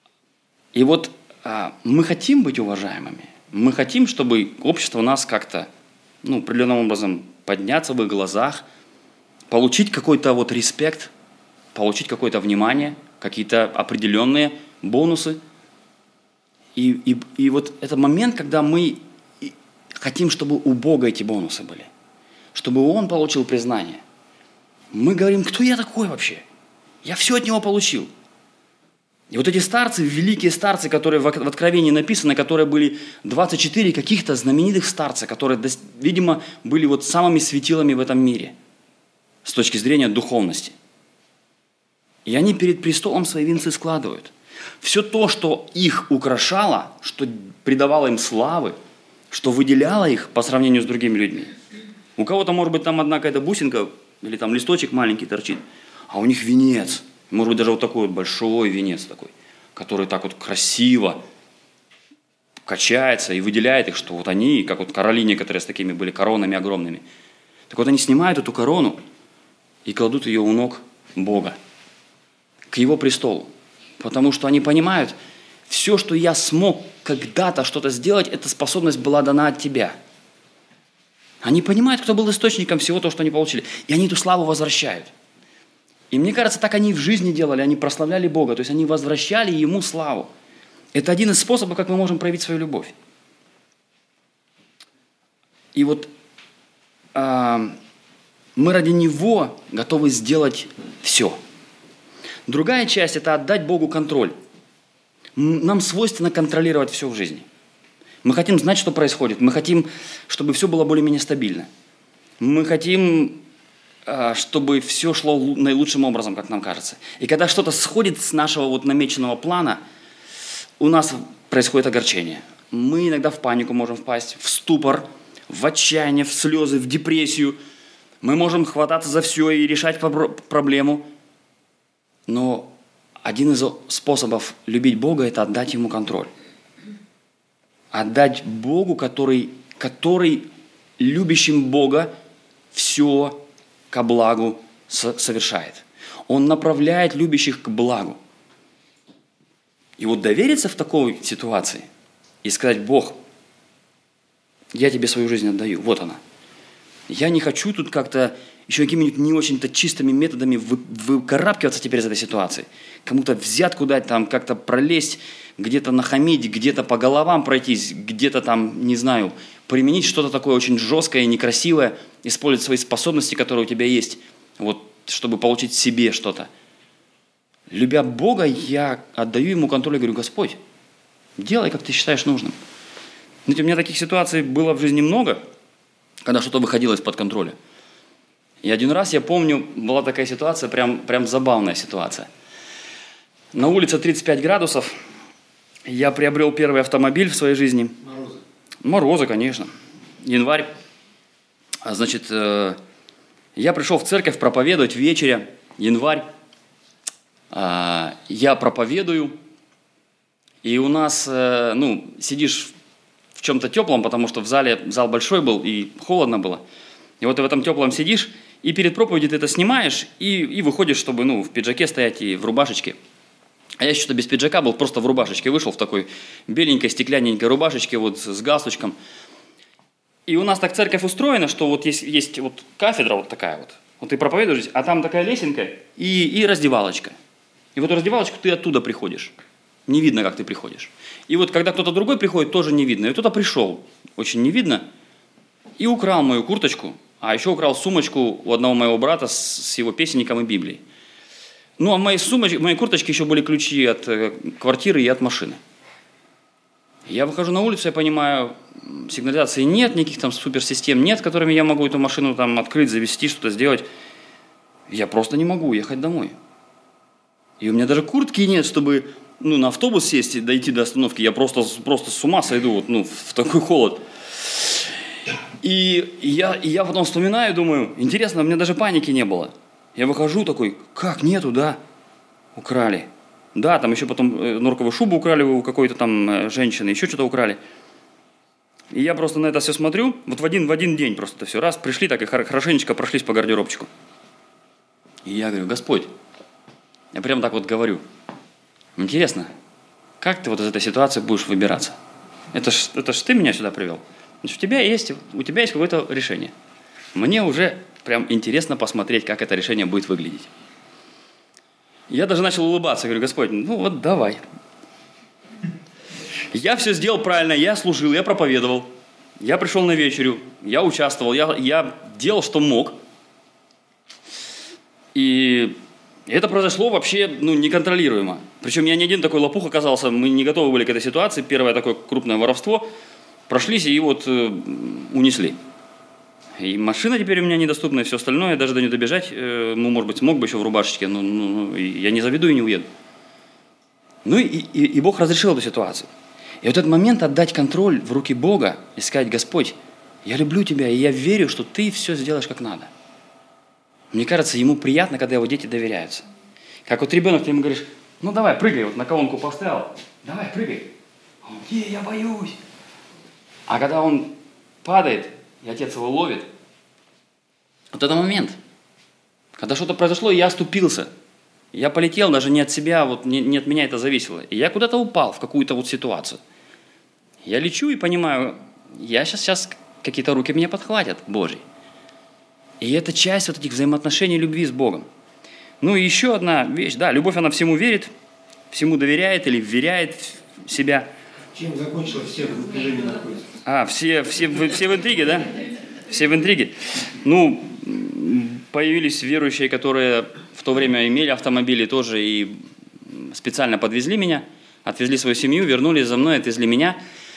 Speaker 2: И вот а, мы хотим быть уважаемыми, мы хотим, чтобы общество у нас как-то, ну, определенным образом подняться в их глазах, получить какой-то вот респект, получить какое-то внимание, какие-то определенные бонусы. И, и, и вот это момент, когда мы хотим, чтобы у Бога эти бонусы были, чтобы Он получил признание. Мы говорим, кто я такой вообще? Я все от Него получил. И вот эти старцы, великие старцы, которые в Откровении написаны, которые были двадцать четыре каких-то знаменитых старца, которые, видимо, были вот самыми светилами в этом мире с точки зрения духовности. И они перед престолом свои венцы складывают. Все то, что их украшало, что придавало им славы, что выделяло их по сравнению с другими людьми. У кого-то, может быть, там одна какая-то бусинка или там листочек маленький торчит, а у них венец. Может быть, даже вот такой вот большой венец такой, который так вот красиво качается и выделяет их, что вот они, как вот короли некоторые с такими были коронами огромными. Так вот они снимают эту корону и кладут ее у ног Бога, к Его престолу. Потому что они понимают, все, что я смог когда-то что-то сделать, эта способность была дана от Тебя. Они понимают, кто был источником всего того, что они получили. И они эту славу возвращают. И мне кажется, так они в жизни делали, они прославляли Бога, то есть они возвращали Ему славу. Это один из способов, как мы можем проявить свою любовь. И вот э, мы ради Него готовы сделать все. Другая часть – это отдать Богу контроль. Нам свойственно контролировать все в жизни. Мы хотим знать, что происходит. Мы хотим, чтобы все было более-менее стабильно. Мы хотим, чтобы все шло наилучшим образом, как нам кажется. И когда что-то сходит с нашего вот намеченного плана, у нас происходит огорчение. Мы иногда в панику можем впасть, в ступор, в отчаяние, в слезы, в депрессию. Мы можем хвататься за все и решать проблему. Но один из способов любить Бога – это отдать Ему контроль. Отдать Богу, который, который любящим Бога все ко благу совершает. Он направляет любящих к благу. И вот довериться в такой ситуации и сказать: Бог, я Тебе свою жизнь отдаю, вот она. Я не хочу тут как-то еще какими-нибудь не очень-то чистыми методами вы, выкарабкиваться теперь из этой ситуации. Кому-то взятку дать, там как-то пролезть, где-то нахамить, где-то по головам пройтись, где-то там, не знаю, применить что-то такое очень жесткое и некрасивое, использовать свои способности, которые у тебя есть, вот, чтобы получить себе что-то. Любя Бога, я отдаю Ему контроль и говорю: Господь, делай, как Ты считаешь нужным. Знаете, у меня таких ситуаций было в жизни много, когда что-то выходило из-под контроля. И один раз, я помню, была такая ситуация, прям, прям забавная ситуация. На улице тридцать пять градусов, я приобрел первый автомобиль в своей жизни.
Speaker 3: Морозы.
Speaker 2: Морозы, конечно. Январь. Значит, э, я пришел в церковь проповедовать в вечере, январь. Э, я проповедую, и у нас, э, ну, сидишь в чем-то теплом, потому что в зале, зал большой был и холодно было. И вот ты в этом теплом сидишь, и перед проповедью ты это снимаешь, и, и выходишь, чтобы, ну, в пиджаке стоять и в рубашечке. А я еще что без пиджака был, просто в рубашечке вышел, в такой беленькой, стеклянненькой рубашечке, вот с галстучком. И у нас так церковь устроена, что вот есть, есть вот кафедра вот такая вот. Вот ты проповедуешь здесь, а там такая лесенка и, и раздевалочка. И в эту раздевалочку ты оттуда приходишь. Не видно, как ты приходишь. И вот когда кто-то другой приходит, тоже не видно. И кто-то пришел, очень не видно, и украл мою курточку, а еще украл сумочку у одного моего брата с, с его песенником и Библией. Ну, а в моей сумочке, в моей курточке еще были ключи от э, квартиры и от машины. Я выхожу на улицу, я понимаю, сигнализации нет, никаких там суперсистем нет, которыми я могу эту машину там открыть, завести, что-то сделать. Я просто не могу уехать домой. И у меня даже куртки нет, чтобы, ну, на автобус сесть и дойти до остановки. Я просто, просто с ума сойду вот, ну, в такой холод. И я, и я потом вспоминаю, думаю, интересно, у меня даже паники не было. Я выхожу такой: как, нету, да? Украли. Да, там еще потом норковую шубу украли у какой-то там женщины, еще что-то украли. И я просто на это все смотрю, вот в один, в один день просто это все. Раз, пришли так и хорошенечко прошлись по гардеробчику. И я говорю: Господь, я прям так вот говорю, интересно, как ты вот из этой ситуации будешь выбираться? Это ж, это ж ты меня сюда привел. Значит, у тебя есть, у тебя есть какое-то решение. Мне уже прям интересно посмотреть, как это решение будет выглядеть. Я даже начал улыбаться, говорю: Господь, ну вот давай. Я все сделал правильно, я служил, я проповедовал, я пришел на вечерю, я участвовал, я, я делал, что мог. И это произошло вообще ну, неконтролируемо. Причем я не один такой лопух оказался, мы не готовы были к этой ситуации. Первое такое крупное воровство. Прошлись и вот э, унесли. И машина теперь у меня недоступна, и все остальное, даже до нее добежать, э, ну, может быть, смог бы еще в рубашечке, но ну, ну, я не заведу и не уеду. Ну и, и, и Бог разрешил эту ситуацию. И вот этот момент отдать контроль в руки Бога и сказать: Господь, я люблю Тебя, и я верю, что Ты все сделаешь как надо. Мне кажется, Ему приятно, когда Его дети доверяются. Как вот ребенок, ты ему говоришь: ну давай, прыгай, вот на колонку поставил, давай, прыгай. Он: не, я боюсь. А когда он падает, и отец его ловит, вот это момент, когда что-то произошло, и я оступился. Я полетел даже не от себя, вот не, не от меня это зависело. И я куда-то упал в какую-то вот ситуацию. Я лечу и понимаю, я сейчас, сейчас какие-то руки меня подхватят, Божьи. И это часть вот этих взаимоотношений любви с Богом. Ну и еще одна вещь, да, любовь, она всему верит, всему доверяет или вверяет себя.
Speaker 3: Чем закончилось, все в напряжении находятся?
Speaker 2: А, все, все, все в интриге, да? Все в интриге. Ну, появились верующие, которые в то время имели автомобили тоже и специально подвезли меня, отвезли свою семью, вернулись за мной, отвезли меня.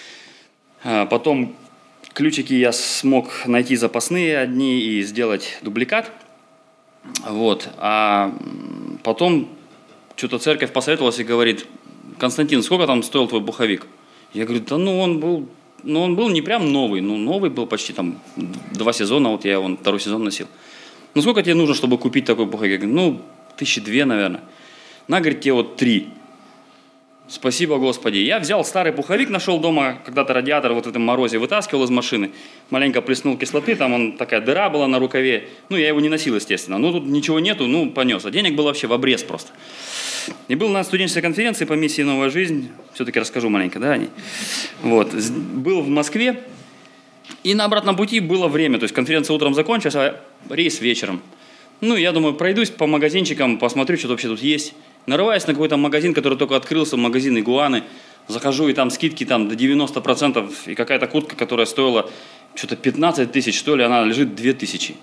Speaker 2: Потом ключики я смог найти запасные одни и сделать дубликат. Вот. А потом что-то церковь посоветовалась и говорит: Константин, сколько там стоил твой пуховик? Я говорю: да ну он был, ну он был не прям новый, ну новый был почти там два сезона, вот я его второй сезон носил. Ну сколько тебе нужно, чтобы купить такой пуховик? Я говорю: ну тысячи две, наверное. На, говорит, тебе вот три. Спасибо, Господи. Я взял старый пуховик, нашел дома, когда-то радиатор вот в этом морозе вытаскивал из машины, маленько плеснул кислоты, там он, такая дыра была на рукаве. Ну, я его не носил, естественно. Ну, тут ничего нету, ну, понес. А денег было вообще в обрез просто. И был на студенческой конференции по миссии «Новая жизнь». Все-таки расскажу маленько, да, о ней. Вот. Был в Москве, и на обратном пути было время. То есть конференция утром закончилась, а рейс вечером. Ну, я думаю, пройдусь по магазинчикам, посмотрю, что вообще тут есть. Нарываюсь на какой-то магазин, который только открылся, магазин «Игуаны». Захожу, и там скидки там, до девяносто процентов, и какая-то куртка, которая стоила что-то пятнадцать тысяч, что ли, она лежит две тысячи.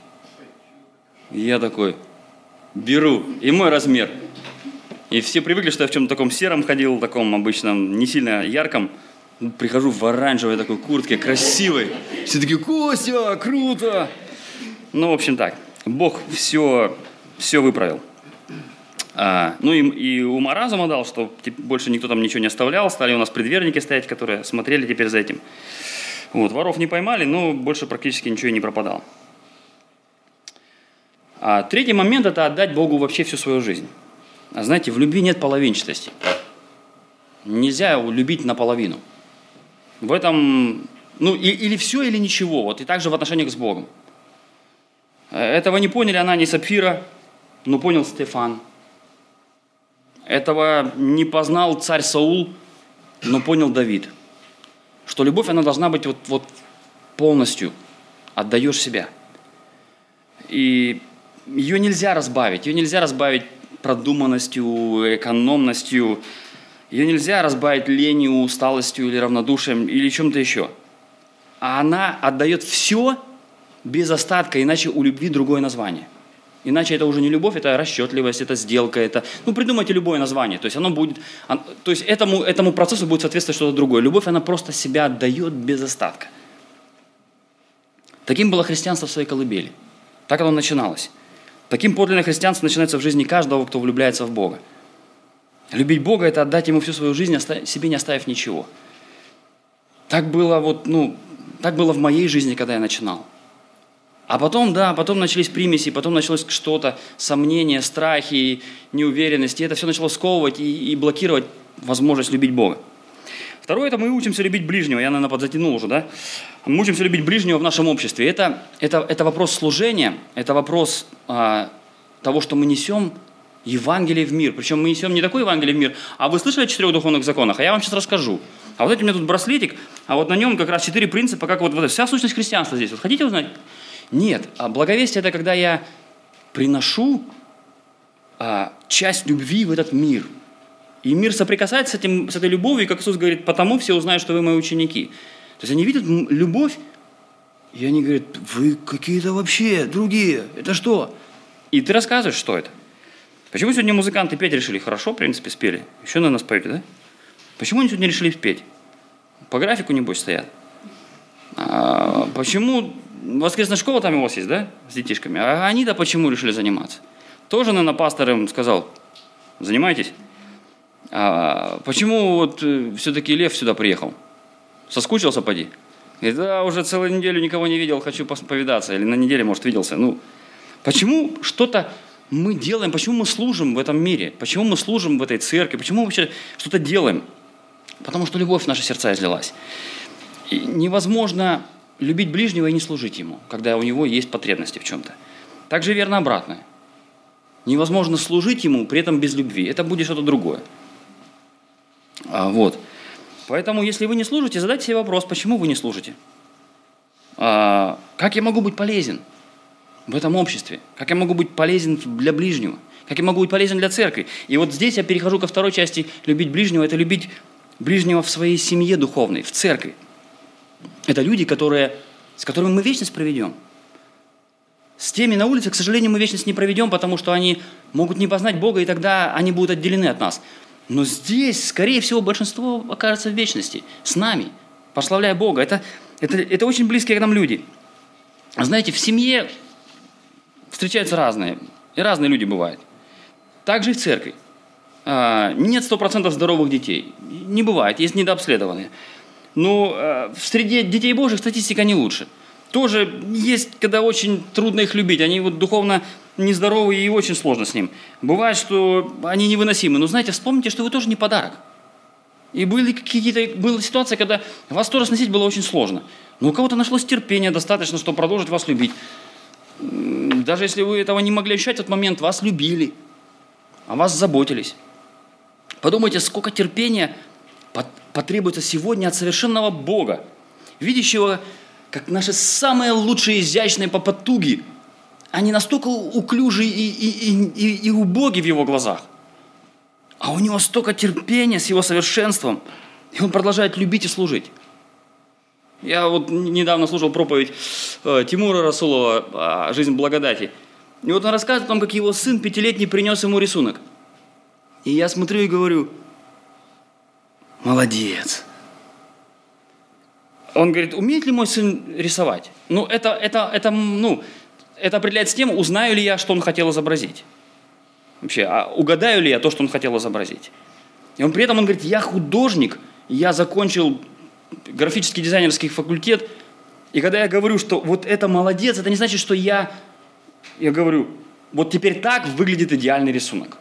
Speaker 2: И я такой: беру. И мой размер. И все привыкли, что я в чем-то таком сером ходил, таком обычном, не сильно ярком. Прихожу в оранжевой такой куртке, красивой. Все такие: Костя, круто! Ну, в общем так, Бог все, все выправил. А, ну и, и ума разума дал, что больше никто там ничего не оставлял. Стали у нас предверники стоять, которые смотрели теперь за этим. Вот, воров не поймали, но больше практически ничего и не пропадало. А третий момент – это отдать Богу вообще всю свою жизнь. А знаете, в любви нет половинчатости. Нельзя любить наполовину. В этом, ну, и, или все, или ничего. Вот и так же в отношениях с Богом. Этого не поняли Анания и Сапфира, но понял Стефан. Этого не познал царь Саул, но понял Давид. Что любовь, она должна быть вот, вот полностью. Отдаешь себя. И ее нельзя разбавить. Ее нельзя разбавить продуманностью, экономностью. Ее нельзя разбавить ленью, усталостью или равнодушием, или чем-то еще. А она отдает все без остатка, иначе у любви другое название. Иначе это уже не любовь, это расчетливость, это сделка, это... Ну, придумайте любое название. То есть, оно будет... То есть, этому, этому процессу будет соответствовать что-то другое. Любовь, она просто себя отдает без остатка. Таким было христианство в своей колыбели. Так оно начиналось. Таким подлинное христианство начинается в жизни каждого, кто влюбляется в Бога. Любить Бога – это отдать Ему всю свою жизнь, себе не оставив ничего. Так было, вот, ну, так было в моей жизни, когда я начинал. А потом, да, потом начались примеси, потом началось что-то, сомнения, страхи, неуверенности. И это все начало сковывать и, и блокировать возможность любить Бога. Второе – это мы учимся любить ближнего. Я, наверное, подзатянул уже, да? Мы учимся любить ближнего в нашем обществе. Это, это, это вопрос служения, это вопрос а, того, что мы несем Евангелие в мир. Причем мы несем не такое Евангелие в мир, а вы слышали о четырех духовных законах? А я вам сейчас расскажу. А вот это у меня тут браслетик, а вот на нем как раз четыре принципа, как вот, вот вся сущность христианства здесь. Вот хотите узнать? Нет. А благовестие – это когда я приношу а, часть любви в этот мир. И мир соприкасается с, этим, с этой любовью, и как Иисус говорит, потому все узнают, что вы мои ученики. То есть они видят любовь, и они говорят, вы какие-то вообще другие, это что? И ты рассказываешь, что это. Почему сегодня музыканты петь решили? Хорошо, в принципе, спели. Еще на нас поете, да? Почему они сегодня решили петь? По графику, небось, стоят. А почему воскресная школа там у вас есть, да? С детишками. А они-то почему решили заниматься? Тоже, наверное, пастор им сказал, занимайтесь. А почему вот все-таки Лев сюда приехал? Соскучился, поди? Говорит, да, уже целую неделю никого не видел, хочу повидаться. Или на неделе, может, виделся. Ну, почему что-то мы делаем, почему мы служим в этом мире? Почему мы служим в этой церкви? Почему мы вообще что-то делаем? Потому что любовь в наши сердца излилась. И невозможно любить ближнего и не служить ему, когда у него есть потребности в чем-то. Так же верно обратное. Невозможно служить ему, при этом без любви. Это будет что-то другое. А, вот. Поэтому, если вы не служите, задайте себе вопрос, почему вы не служите? А, как я могу быть полезен в этом обществе? Как я могу быть полезен для ближнего? Как я могу быть полезен для церкви? И вот здесь я перехожу ко второй части. Любить ближнего – это любить ближнего в своей семье духовной, в церкви. Это люди, которые, с которыми мы вечность проведем. С теми на улице, к сожалению, мы вечность не проведем, потому что они могут не познать Бога, и тогда они будут отделены от нас. Но здесь, скорее всего, большинство окажется в вечности, с нами, прославляя Бога. Это, это, это очень близкие к нам люди. Знаете, в семье встречаются разные, и разные люди бывают. Так же и в церкви. Нет сто процентов здоровых детей. Не бывает, есть недообследованные. Но в среде детей Божьих статистика не лучше. Тоже есть, когда очень трудно их любить. Они вот духовно нездоровые и очень сложно с ним. Бывает, что они невыносимы. Но знаете, вспомните, что вы тоже не подарок. И были какие-то, была ситуация, когда вас тоже сносить было очень сложно. Но у кого-то нашлось терпение достаточно, чтобы продолжить вас любить. Даже если вы этого не могли ощущать в этот момент, вас любили, о вас заботились. Подумайте, сколько терпения потребуется сегодня от совершенного Бога, видящего, как наши самые лучшие изящные попотуги, они настолько уклюжи и, и, и, и убоги в его глазах. А у него столько терпения с его совершенством, и он продолжает любить и служить. Я вот недавно слушал проповедь э, Тимура Расулова «Жизнь благодати». И вот он рассказывает о том, как его сын пятилетний принес ему рисунок. И я смотрю и говорю, молодец. Он говорит, умеет ли мой сын рисовать? Ну, это, это, это, ну, это определяется тем, узнаю ли я, что он хотел изобразить. Вообще, а угадаю ли я то, что он хотел изобразить. И он при этом, он говорит, я художник, я закончил графический дизайнерский факультет, и когда я говорю, что вот это молодец, это не значит, что я, я говорю, вот теперь так выглядит идеальный рисунок.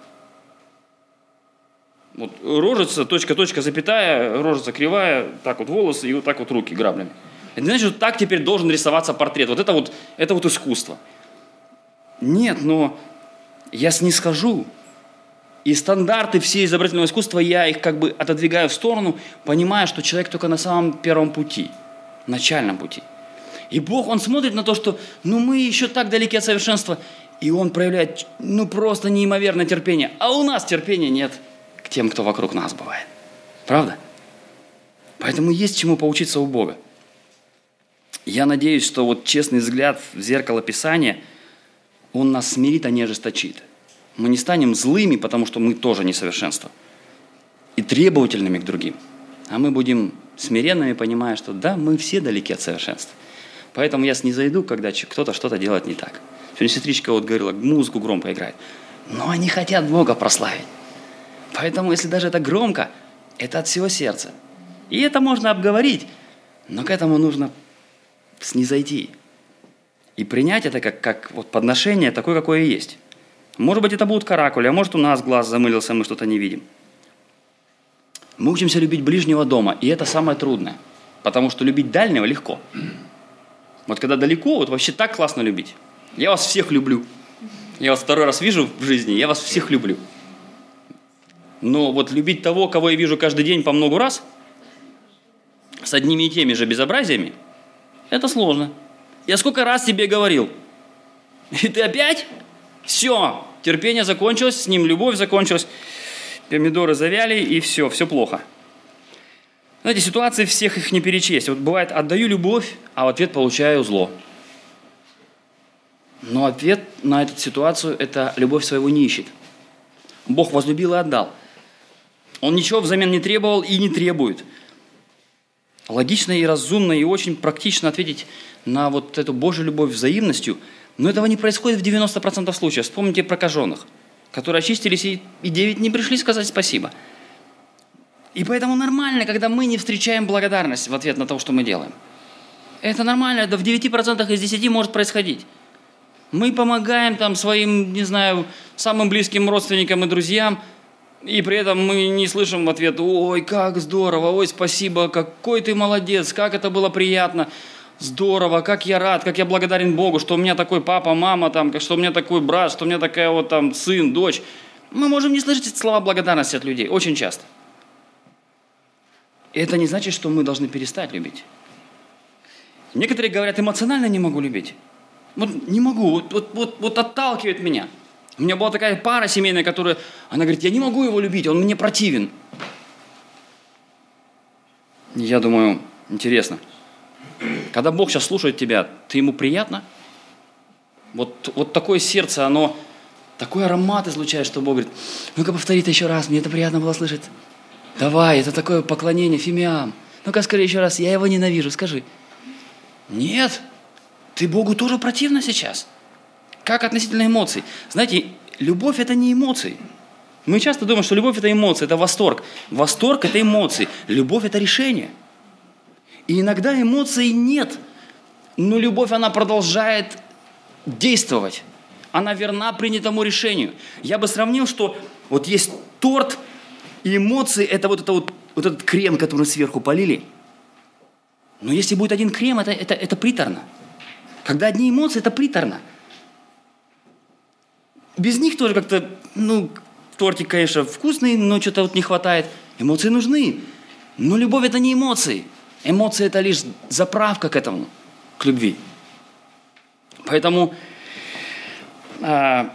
Speaker 2: Вот рожица, точка, точка, запятая, рожица кривая, так вот волосы и вот так вот руки граблями. Это не значит, что так теперь должен рисоваться портрет. Вот это вот, это вот искусство. Нет, но я снисхожу. И стандарты всей изобразительного искусства, я их как бы отодвигаю в сторону, понимая, что человек только на самом первом пути, начальном пути. И Бог, Он смотрит на то, что ну мы еще так далеки от совершенства, и Он проявляет ну просто неимоверное терпение. А у нас терпения нет к тем, кто вокруг нас бывает. Правда? Поэтому есть чему поучиться у Бога. Я надеюсь, что вот честный взгляд в зеркало Писания, он нас смирит, а не ожесточит. Мы не станем злыми, потому что мы тоже несовершенство. И требовательными к другим. А мы будем смиренными, понимая, что да, мы все далеки от совершенства. Поэтому я снизойду, когда кто-то что-то делает не так. Сегодня сестричка вот говорила, музыку громко играет. Но они хотят Бога прославить. Поэтому, если даже это громко, это от всего сердца. И это можно обговорить, но к этому нужно снизойти. И принять это как, как вот подношение такое, какое есть. Может быть, это будут каракули, а может, у нас глаз замылился, мы что-то не видим. Мы учимся любить ближнего дома, и это самое трудное. Потому что любить дальнего легко. Вот когда далеко, вот вообще так классно любить. Я вас всех люблю. Я вас второй раз вижу в жизни, я вас всех люблю. Но вот любить того, кого я вижу каждый день по много раз, с одними и теми же безобразиями, это сложно. Я сколько раз тебе говорил, и ты опять? Все, терпение закончилось, с ним любовь закончилась, помидоры завяли, и все, все плохо. Знаете, ситуации всех их не перечесть. Вот бывает, отдаю любовь, а в ответ получаю зло. Но ответ на эту ситуацию – это любовь своего не ищет. Бог возлюбил и отдал. Он ничего взамен не требовал и не требует. Логично и разумно, и очень практично ответить на вот эту Божью любовь взаимностью, но этого не происходит в девяноста процентах случаев. Вспомните прокаженных, которые очистились и, и девять не пришли сказать спасибо. И поэтому нормально, когда мы не встречаем благодарность в ответ на то, что мы делаем. Это нормально, это в девяти процентах из десяти может происходить. Мы помогаем там своим, не знаю, самым близким родственникам и друзьям, и при этом мы не слышим в ответ: «Ой, как здорово, ой, спасибо, какой ты молодец, как это было приятно, здорово, как я рад, как я благодарен Богу, что у меня такой папа, мама, там, что у меня такой брат, что у меня такая вот там сын, дочь». Мы можем не слышать эти слова благодарности от людей очень часто. И это не значит, что мы должны перестать любить. Некоторые говорят: эмоционально не могу любить. Вот не могу, вот, вот, вот, вот отталкивает меня. У меня была такая пара семейная, которая, она говорит: я не могу его любить, он мне противен. Я думаю, интересно, когда Бог сейчас слушает тебя, ты ему приятно? Вот, вот такое сердце, оно такой аромат излучает, что Бог говорит: ну-ка повтори это еще раз, мне это приятно было слышать. Давай, это такое поклонение фимиам. Ну-ка скажи еще раз, я его ненавижу, скажи. Нет. Ты Богу тоже противно сейчас? Как относительно эмоций? Знаете, любовь – это не эмоции. Мы часто думаем, что любовь – это эмоции, это восторг. Восторг – это эмоции. Любовь – это решение. И иногда эмоций нет, но любовь, она продолжает действовать. Она верна принятому решению. Я бы сравнил, что вот есть торт, и эмоции – это вот, это вот, вот этот крем, который сверху полили. Но если будет один крем, это, это, это приторно. Когда одни эмоции, это приторно. Без них тоже как-то, ну, тортик, конечно, вкусный, но что-то вот не хватает. Эмоции нужны. Но любовь – это не эмоции. Эмоции – это лишь заправка к этому, к любви. Поэтому а,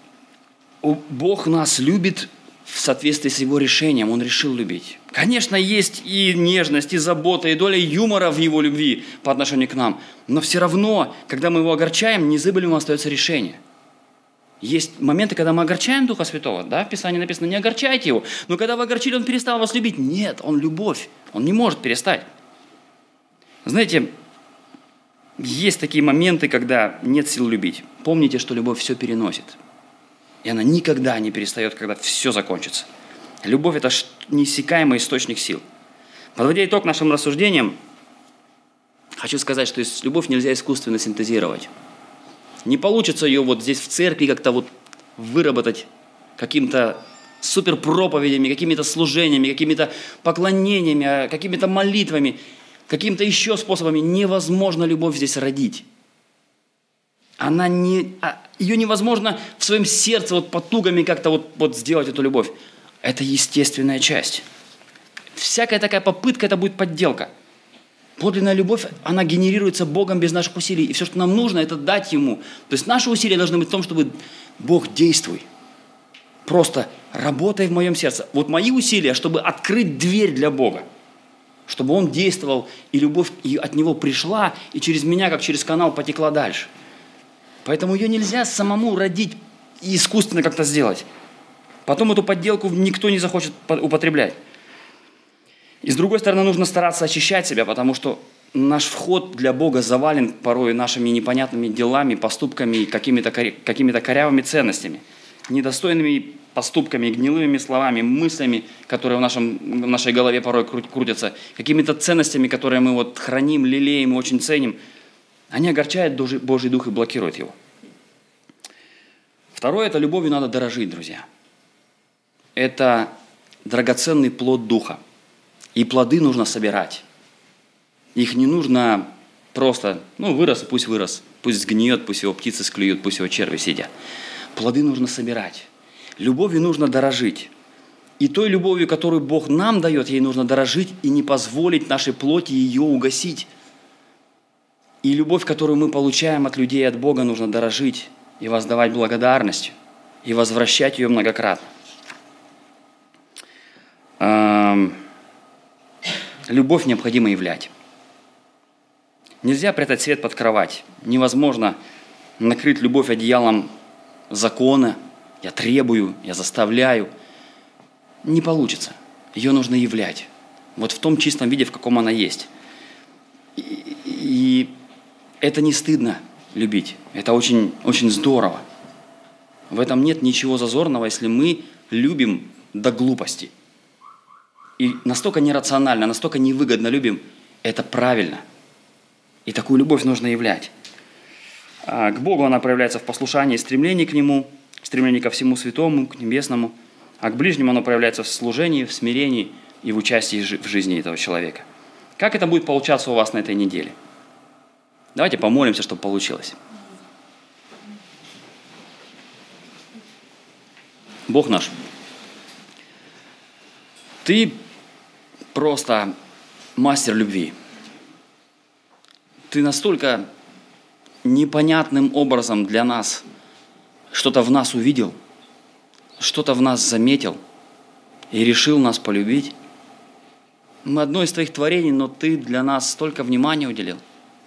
Speaker 2: Бог нас любит в соответствии с Его решением. Он решил любить. Конечно, есть и нежность, и забота, и доля юмора в Его любви по отношению к нам. Но все равно, когда мы Его огорчаем, незыблемым остается решение. Есть моменты, когда мы огорчаем Духа Святого. Да, в Писании написано: не огорчайте Его. Но когда вы огорчили, Он перестал вас любить. Нет, Он любовь. Он не может перестать. Знаете, есть такие моменты, когда нет сил любить. Помните, что любовь все переносит. И она никогда не перестает, когда все закончится. Любовь – это неиссякаемый источник сил. Подводя итог нашим рассуждениям, хочу сказать, что любовь нельзя искусственно синтезировать. Не получится ее вот здесь в церкви как-то вот выработать каким-то суперпроповедями, какими-то служениями, какими-то поклонениями, какими-то молитвами, какими-то еще способами. Невозможно любовь здесь родить. Она не, ее невозможно в своем сердце вот потугами как-то вот, вот сделать эту любовь. Это естественная часть. Всякая такая попытка – это будет подделка. Подлинная любовь, она генерируется Богом без наших усилий. И все, что нам нужно, это дать Ему. То есть наши усилия должны быть в том, чтобы Бог, действуй. Просто работай в моем сердце. Вот мои усилия, чтобы открыть дверь для Бога. Чтобы Он действовал, и любовь от Него пришла, и через меня, как через канал, потекла дальше. Поэтому ее нельзя самому родить и искусственно как-то сделать. Потом эту подделку никто не захочет употреблять. И с другой стороны, нужно стараться очищать себя, потому что наш вход для Бога завален порой нашими непонятными делами, поступками, какими-то, какими-то корявыми ценностями, недостойными поступками, гнилыми словами, мыслями, которые в, нашем, в нашей голове порой крутятся, какими-то ценностями, которые мы вот храним, лелеем и очень ценим. Они огорчают Божий Дух и блокируют его. Второе – это любовью надо дорожить, друзья. Это драгоценный плод Духа. И плоды нужно собирать. Их не нужно просто, ну, вырос, пусть вырос. Пусть сгниет, пусть его птицы склюют, пусть его черви съедят. плоды нужно собирать. Любовью нужно дорожить. И той любовью, которую Бог нам дает, ей нужно дорожить и не позволить нашей плоти ее угасить. И любовь, которую мы получаем от людей и от Бога, нужно дорожить и воздавать благодарностью, и возвращать ее многократно. Любовь необходимо являть. Нельзя прятать свет под кровать. Невозможно накрыть любовь одеялом закона. Я требую, я заставляю. Не получится. Ее нужно являть. Вот в том чистом виде, в каком она есть. И, и это не стыдно любить. Это очень, очень здорово. В этом нет ничего зазорного, если мы любим до глупости. И настолько нерационально, настолько невыгодно любим, это правильно. И такую любовь нужно являть. А к Богу она проявляется в послушании и стремлении к Нему, стремлении ко всему святому, к небесному. А к ближнему оно проявляется в служении, в смирении и в участии в жизни этого человека. Как это будет получаться у вас на этой неделе? Давайте помолимся, чтобы получилось. Бог наш, Ты просто мастер любви. Ты настолько непонятным образом для нас что-то в нас увидел, что-то в нас заметил и решил нас полюбить. Мы одно из Твоих творений, но Ты для нас столько внимания уделил.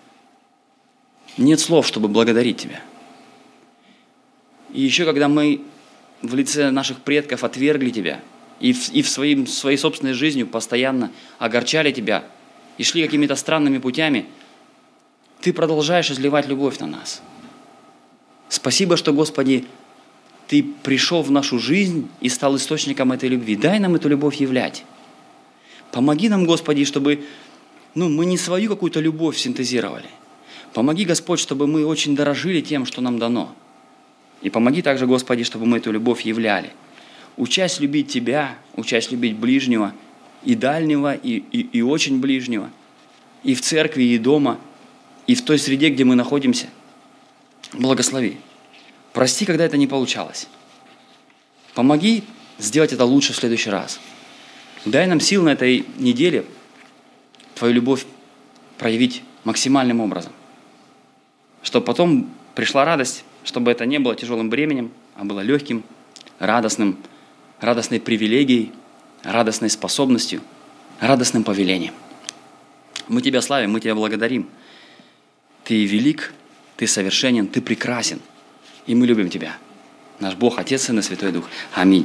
Speaker 2: Нет слов, чтобы благодарить Тебя. И еще когда мы в лице наших предков отвергли Тебя и в, и в своим, своей собственной жизнью постоянно огорчали Тебя и шли какими-то странными путями, Ты продолжаешь изливать любовь на нас. Спасибо, что, Господи, Ты пришел в нашу жизнь и стал источником этой любви. Дай нам эту любовь являть. Помоги нам, Господи, чтобы ну, мы не свою какую-то любовь синтезировали. Помоги, Господь, чтобы мы очень дорожили тем, что нам дано. И помоги также, Господи, чтобы мы эту любовь являли. Учась любить Тебя, учась любить ближнего, и дальнего, и, и, и очень ближнего, и в церкви, и дома, и в той среде, где мы находимся. Благослови. Прости, когда это не получалось. Помоги сделать это лучше в следующий раз. Дай нам сил на этой неделе Твою любовь проявить максимальным образом. Чтобы потом пришла радость, чтобы это не было тяжелым бременем, а было легким, радостным, радостной привилегией, радостной способностью, радостным повелением. Мы Тебя славим, мы Тебя благодарим. Ты велик, Ты совершенен, Ты прекрасен. И мы любим Тебя. Наш Бог, Отец, Сын и Святой Дух. Аминь.